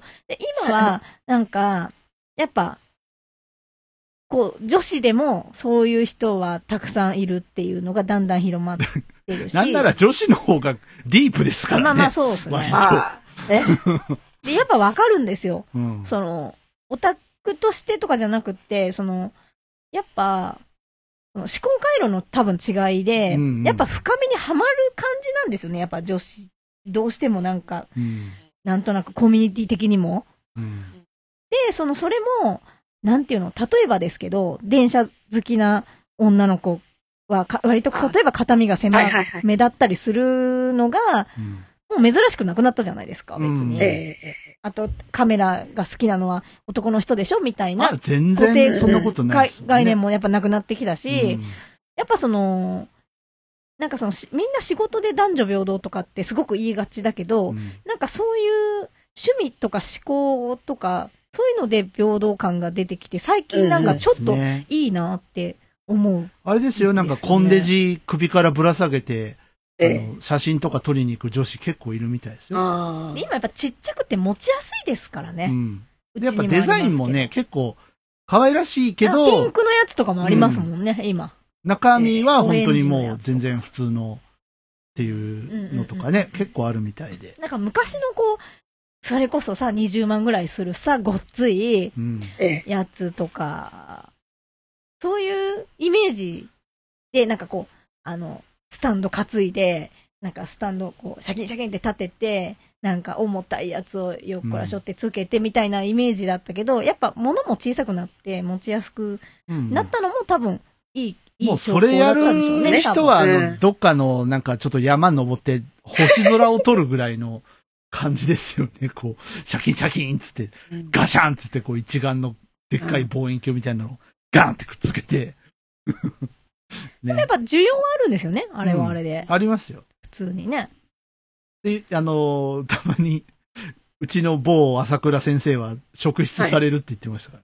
で今は、なんか、やっぱ、こう、女子でもそういう人はたくさんいるっていうのがだんだん広まってるし。 なんなら女子の方がディープですからね。 まあそうですね。で、やっぱわかるんですよ。その、オタクとしてとかじゃなくて、その、やっぱ、思考回路の多分違いで、やっぱ深みにはまる感じなんですよね。やっぱ女子、どうしてもなんか、なんとなくコミュニティ的にも。で、それも、なんていうの、例えばですけど、電車好きな女の子は、割と、例えば肩身が狭い、目立ったりするのが、もう珍しくなくなったじゃないですか、別に。あと、カメラが好きなのは男の人でしょみたいな。 全然そんなことないですもんね。 概念もやっぱなくなってきたし、やっぱなんかみんな仕事で男女平等とかってすごく言いがちだけど、なんかそういう趣味とか思考とか、そういうので平等感が出てきて、最近なんかちょっといいなって思う。 あれですよ、なんかコンデジ首からぶら下げて、写真とか撮りに行く女子結構いるみたいですよ。 今やっぱちっちゃくて持ちやすいですからね。 やっぱデザインもね、結構可愛らしいけど。 ピンクのやつとかもありますもんね、今。 中身は本当にもう全然普通のっていうのとかね、結構あるみたいで。 なんか昔のそれこそさ、20万ぐらいするさ、ごっついやつとか、そういうイメージで、なんかスタンド担いで、なんかスタンドシャキンシャキンって立てて、なんか重たいやつをよっこらしょってつけてみたいなイメージだったけど、やっぱ物も小さくなって持ちやすくなったのも多分いいもうそれやる人は、どっかのなんかちょっと山登って星空を撮るぐらいの感じですよね。シャキンシャキンつって、ガシャンつって一眼のでっかい望遠鏡みたいなのをガンってくっつけて。 ね、やっぱ需要はあるんですよね、あれはあれで。 ありますよ。 普通にね。 で、たまに、うちの某朝倉先生は職質されるって言ってましたから。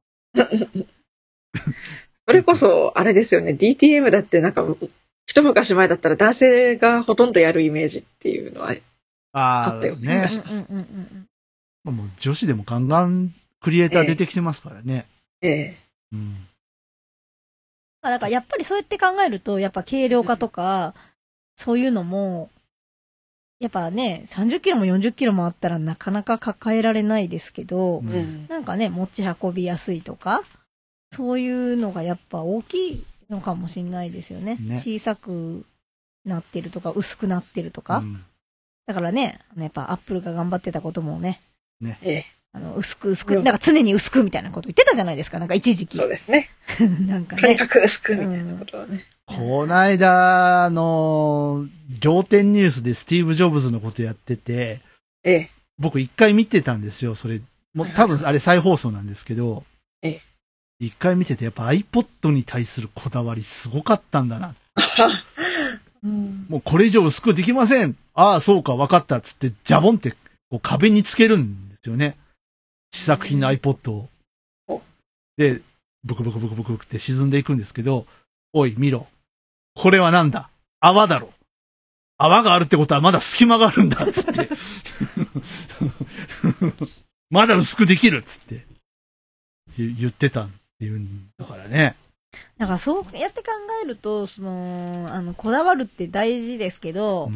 それこそ、あれですよね、DTM だってなんか、一昔前だったら男性がほとんどやるイメージっていうのはあったよね。 もう女子でもガンガンクリエイター出てきてますからね。 だからやっぱりそうやって考えると、やっぱ軽量化とか、そういうのも、やっぱね、30キロも40キロもあったらなかなか抱えられないですけど、なんかね、持ち運びやすいとか、そういうのがやっぱ大きいのかもしれないですよね。小さくなってるとか、薄くなってるとか。だからね、やっぱアップルが頑張ってたこともね、薄く、なんか常に薄くみたいなこと言ってたじゃないですか、なんか一時期。 そうですね。 なんかね。 とにかく薄くみたいなことはね。 この間、仰天ニュースでスティーブ・ジョブズのことやってて、僕一回見てたんですよ、それ。もう多分あれ再放送なんですけど、一回見ててやっぱ iPod に対するこだわりすごかったんだな。もうこれ以上薄くできません。ああ、そうか、わかったっつって、ジャボンって壁につけるんですよね。試作品の iPod を。で、ブクブクブクブクって沈んでいくんですけど、おい、見ろ。これはなんだ？泡だろ。泡があるってことはまだ隙間があるんだっつって。まだ薄くできるっつって言ってたっていうんだからね。 だからそうやって考えると、こだわるって大事ですけど、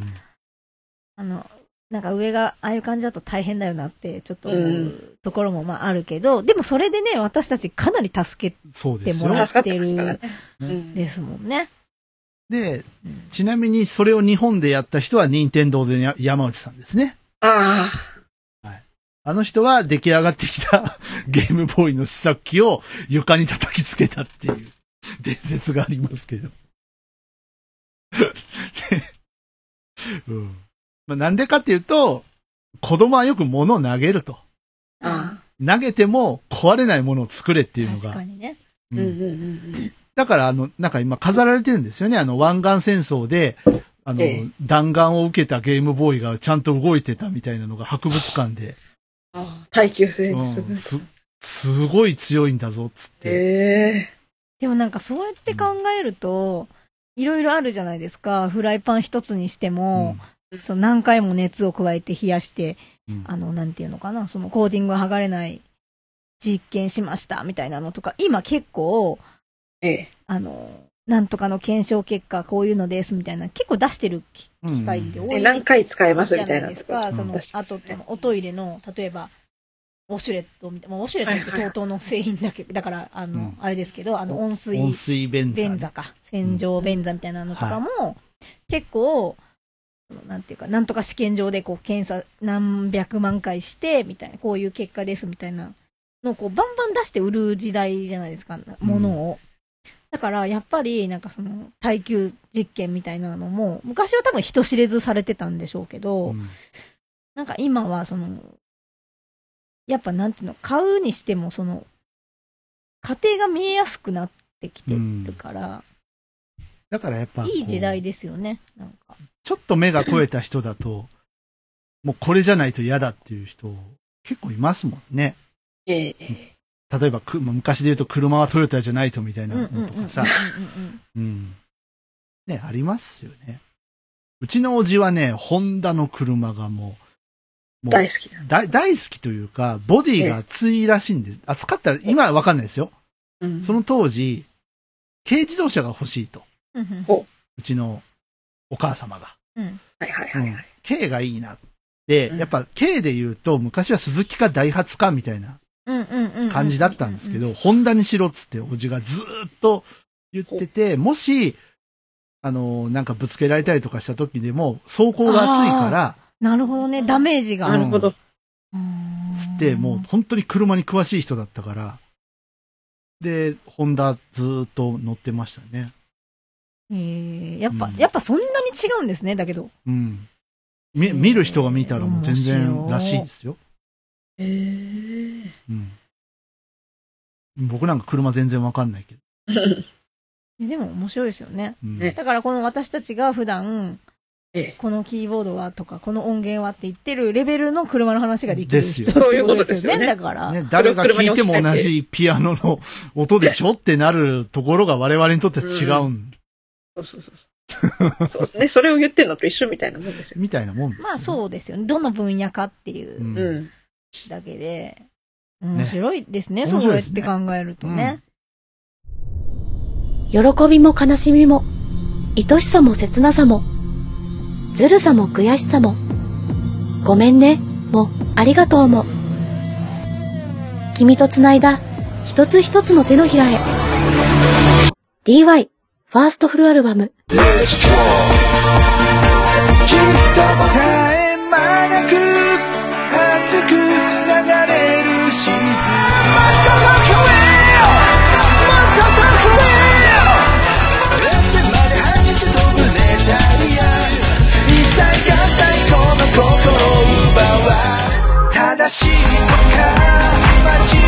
なんか上がああいう感じだと大変だよなってちょっと思うところもまああるけど、でもそれでね、私たちかなり助けてもらってるですもんね。 で、ちなみにそれを日本でやった人は任天堂で山内さんですね。 あの人は出来上がってきたゲームボーイの試作機を床に叩きつけたっていう伝説がありますけど。なんでかっていうと、子供はよく物を投げると。投げても壊れないものを作れっていうのが。 確かにね。 だからなんか今飾られてるんですよね。湾岸戦争で、 弾丸を受けたゲームボーイがちゃんと動いてたみたいなのが博物館で。 耐久性にすごい強いんだぞ、つって。 でもなんかそうやって考えると、いろいろあるじゃないですか。フライパン一つにしても、その何回も熱を加えて冷やして、なんていうのかな、そのコーティングが剥がれない実験しましたみたいなのとか、今結構、なんとかの検証結果こういうのですみたいな、結構出してる機会って多い。 何回使えますみたいな。 ですか。その、あと、おトイレの、例えば、ウォシュレットみたいな、ウォシュレットってTOTOの製品だけど、だから、あれですけど、温水便座か。洗浄便座みたいなのとかも、結構、なんていうか、なんとか試験場でこう検査何百万回して、みたいな、こういう結果ですみたいなのをこうバンバン出して売る時代じゃないですか、ものを。だから、やっぱり、なんかその、耐久実験みたいなのも、昔は多分人知れずされてたんでしょうけど、なんか今はその、やっぱなんていうの、買うにしてもその、過程が見えやすくなってきてるから、 だからやっぱ、 いい時代ですよね、なんか。 ちょっと目が肥えた人だと、もうこれじゃないと嫌だっていう人、結構いますもんね。例えば昔で言うと車はトヨタじゃないとみたいなのとかさ。ね、ありますよね。うちのおじはね、ホンダの車がもう大好き大好きというか、ボディが熱いらしいんです。扱ったら、今はわかんないですよ。その当時、軽自動車が欲しいと。うちのお母様が。軽がいいなって。やっぱ軽で言うと、昔は鈴木かダイハツかみたいな感じだったんですけど、ホンダにしろっつっておじがずーっと言ってて、もし、なんかぶつけられたりとかした時でも、走行が熱いから、 なるほどね、ダメージが。 なるほど。 つって、もう本当に車に詳しい人だったから、で、ホンダずーっと乗ってましたね。 やっぱそんなに違うんですね、だけど。 見る人が見たらもう全然らしいですよ。僕なんか車全然わかんないけど。 でも面白いですよね。だからこの私たちが普段、このキーボードはとか、この音源はって言ってるレベルの車の話ができる人ってことですよね。だから。 誰が聴いても同じピアノの音でしょってなるところが我々にとって違うん。 そうですね。それを言ってるのと一緒みたいなもんですよ。 みたいなもんです。 まあそうですよね。どの分野かっていうだけで、面白いですね。そうやって考えるとね。 喜びも悲しみも、愛しさも切なさも、ずるさも悔しさも、ごめんね、もありがとうも、君とつないだ一つ一つの手のひらへ。DY ファーストフルアルバム。きっと絶え間なく熱く流れるシーズン。正しいのか間違い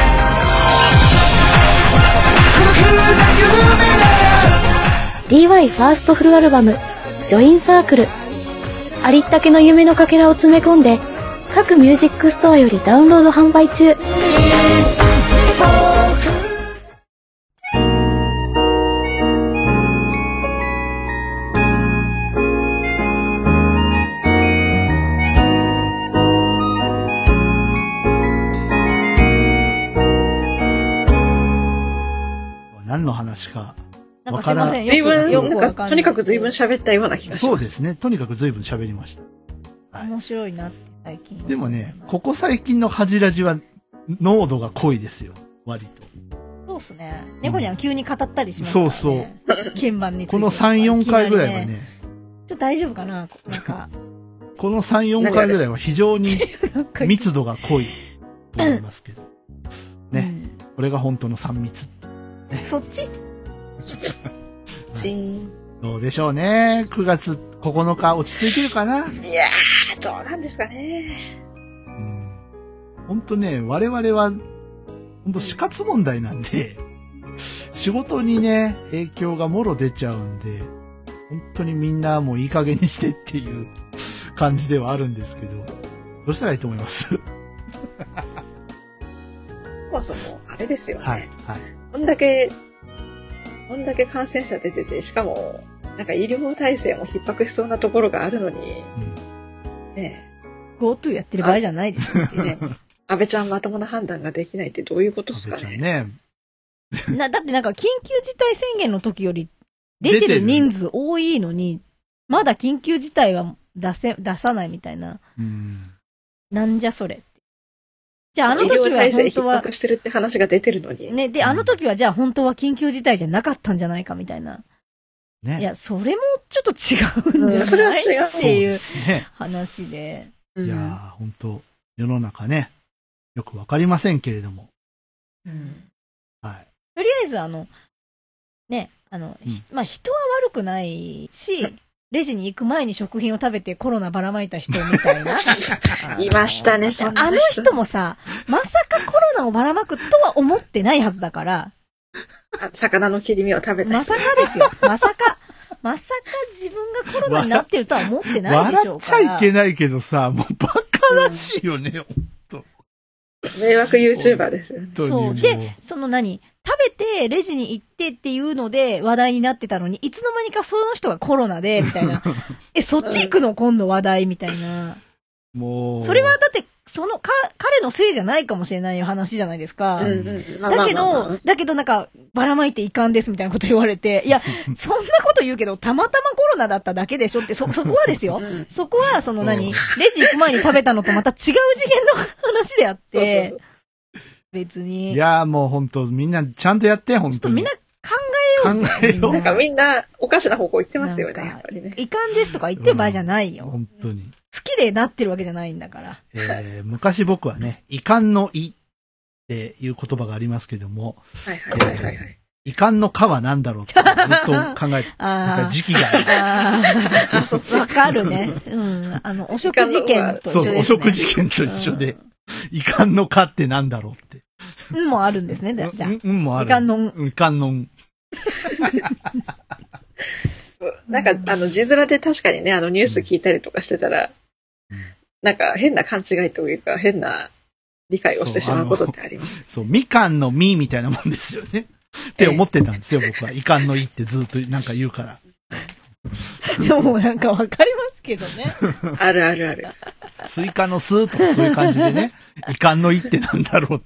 孤独な夢なら DY ファーストフルアルバムジョインサークル、ありったけの夢のかけらを詰め込んで各ミュージックストアよりダウンロード販売中。 何の話かわからない。 随分、なんかとにかく随分喋ったような気がします。 そうですね。とにかく随分喋りました。 面白いなって最近。 でもね、ここ最近のハジラジは濃度が濃いですよ。割と。 そうですね。猫には急に語ったりしますからね。 そう鍵盤について。 この3、4回ぐらいはね。 ちょっと大丈夫かななんか。 この3、4回ぐらいは非常に密度が濃いと思いますけど。ね。これが本当の3密。 そっちどうでしょうね。9月9日落ち着いてるかな。 いやー、どうなんですかね。 本当ね、我々は、本当死活問題なんで、仕事にね、影響がもろ出ちゃうんで、 本当にみんなもういい加減にしてっていう感じではあるんですけど、どうしたらいいと思います？ そもそも、あれですよね。 はい。はい。 こんだけ感染者出てて、しかも、なんか医療体制も逼迫しそうなところがあるのに、ねえ。GoTo やってる場合じゃないですよね。 安倍ちゃんまともな判断ができないってどういうことですかね。 ね。 だってなんか緊急事態宣言の時より出てる人数多いのに、まだ緊急事態は出さないみたいな。なんじゃそれ。じゃああの時は本当は。医療体制逼迫してるって話が出てるのに。 ね、で、あの時はじゃあ本当は緊急事態じゃなかったんじゃないかみたいな。ね。いや、それもちょっと違うんじゃないっていう話で。 いやー、本当世の中ね、よくわかりませんけれども。はい。 とりあえずね、まあ、人は悪くないし、レジに行く前に食品を食べてコロナばらまいた人みたいな。 いましたね、そんな人。あの人もさ、まさかコロナをばらまくとは思ってないはずだから。 魚の切り身を食べたまさかですよ。まさか自分がコロナになってるとは思ってないでしょうから。 笑っちゃいけないけどさ、もうバカらしいよね、ほんと。 迷惑 YouTuber ですよね。 そう。で、食べて、レジに行ってっていうので話題になってたのに、いつの間にかその人がコロナで、みたいな。そっち行くの今度話題みたいな。 もう。 それはだって、彼のせいじゃないかもしれない話じゃないですか。だけどなんか、ばらまいていかんですみたいなこと言われて、いや、そんなこと言うけど、たまたまコロナだっただけでしょって、そこはですよ。そこは、レジ行く前に食べたのとまた違う次元の話であって、別に。 いやーもう本当みんなちゃんとやって、本当に。 みんな考えよう。 なんかみんなおかしな方向行ってますよね、やっぱりね。 いかんですとか言ってる場合じゃないよ。 本当に。 好きでなってるわけじゃないんだから。 昔僕はね、遺憾の意っていう言葉がありますけども、遺憾のかは何だろうってずっと考えてた時期があります。わかるね。汚職事件と一緒ですね。 そう、汚職事件と一緒で、遺憾のかって何だろうって。 もあるんですね、じゃあ。 もある。 遺憾のん。 遺憾のん。 なんか、字面で確かにね、ニュース聞いたりとかしてたら、なんか変な勘違いというか、変な理解をしてしまうことってあります。 そう、みかんのみみたいなもんですよね。って思ってたんですよ、僕は。遺憾のいってずっとなんか言うから。 でもなんかわかりますけどね。 あるあるある。 スイカのスーとかそういう感じでね、遺憾のいってなんだろうって。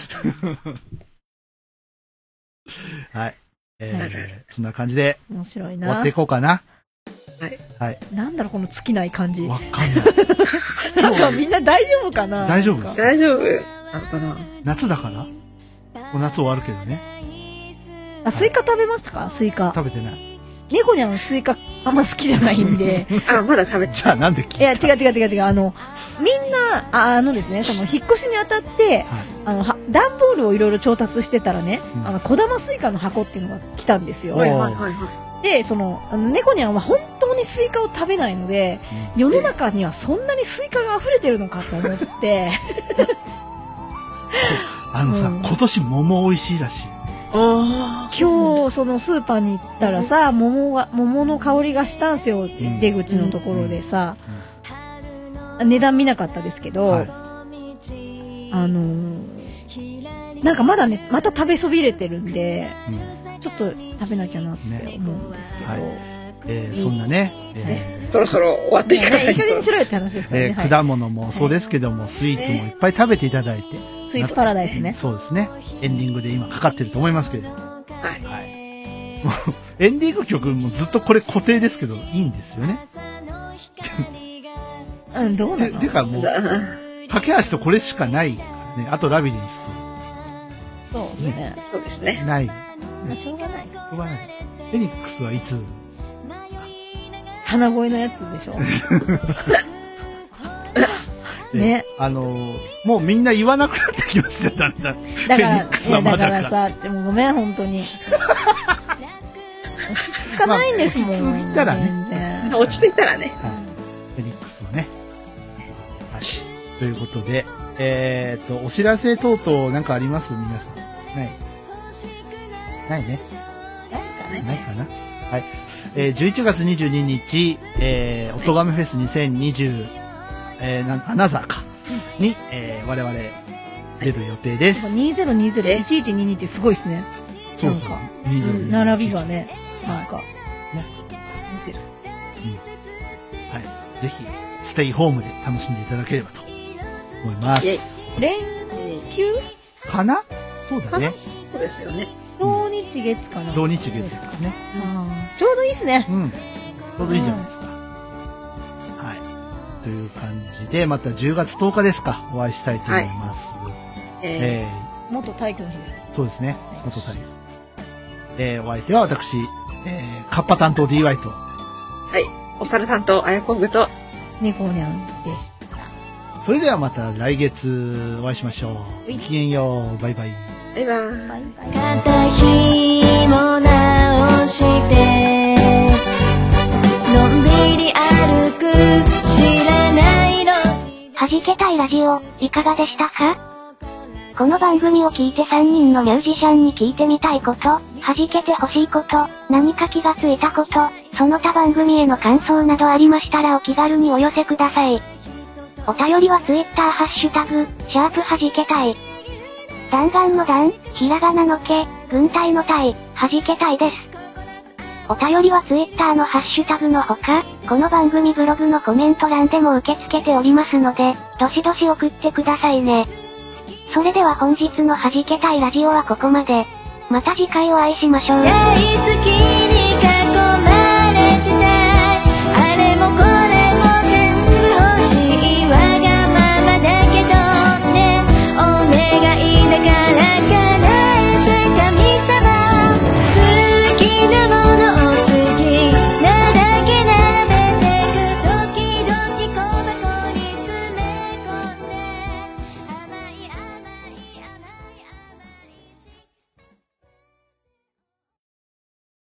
はい。そんな感じで、 面白いな。 終わっていこうかな。 はい。 はい。 なんだろう、この尽きない感じ。 わかんない。 なんかみんな大丈夫かな？ 大丈夫です。 大丈夫なのかな？ 夏だから夏終わるけどね。 スイカ食べましたか？スイカ。 食べてない。 猫にスイカあんま好きじゃないんで。 まだ食べてない。 じゃあなんで聞いた？ いや、違う。みんな、ですね、引っ越しにあたって、段ボールをいろいろ調達してたらね、小玉スイカの箱っていうのが来たんですよ。で、猫にゃんは本当にスイカを食べないので、世の中にはそんなにスイカが溢れてるのかと思って。 今年桃美味しいらしい。 今日、スーパーに行ったらさ、桃の香りがしたんすよ、出口のところでさ。値段見なかったですけど、なんかまだね、また食べそびれてるんで、ちょっと食べなきゃなって思うんですけど。 そんなね、 そろそろ終わっていかないと。 いい加減にしろよって話ですからね。 果物もそうですけども、スイーツもいっぱい食べていただいて。 スイーツパラダイスね。 そうですね。エンディングで今かかってると思いますけれども。はい。もう、エンディング曲もずっとこれ固定ですけど、いいんですよね。 どうなの？ てかもう、架け橋とこれしかないからね。あとラビリンスと。そうですね。 そうですね。 ない。 しょうがない。 しょうがない。フェニックスはいつ？ 鼻声のやつでしょ。ね。 もうみんな言わなくなってきました、だんだん。 だからさ、でもごめん、本当に。落ち着かないんですもん。 落ち着いたらね。落ち着いたらね。 フェニックスはね。はい。ということで、お知らせ等々なんかあります？皆さん。ないね。 ないかな。 はい。11月22日、おとがめフェス2020、アナザーか、に、我々出る予定です。 2020-1122ってすごいですね。 そうそう。 並びがね、なんか。ね。 はい。ぜひ、ステイホームで楽しんでいただければと思います。 連休かな？そうだね。 そうですよね。 土日月かな。 土日月ですね。 ちょうどいいですね。 ちょうどいいじゃないですか。はい。という感じで、また10月10日ですか、お会いしたいと思います。 元体育の日ですね。 そうですね。元体育。お相手は私、カッパ担当 DY と。 はい。お猿担当あやこんぐと。 猫にゃんでした。 それではまた来月お会いしましょう。ごきげんよう。バイバイ。 バイバイ。 肩紐直してのんびり歩く知らない路地はじけたいラジオ、いかがでしたか？この番組を聞いて3人のミュージシャンに聞いてみたいこと、はじけてほしいこと、何か気がついたこと、その他番組への感想などありましたらお気軽にお寄せください。お便りはツイッターハッシュタグ、はじけたい。弾丸の弾、ひらがなのけ、軍隊の隊、はじけたいです。お便りはツイッターのハッシュタグのほか、この番組ブログのコメント欄でも受け付けておりますので、どしどし送ってくださいね。それでは本日のはじけたいラジオはここまで。また次回お会いしましょう。 大好き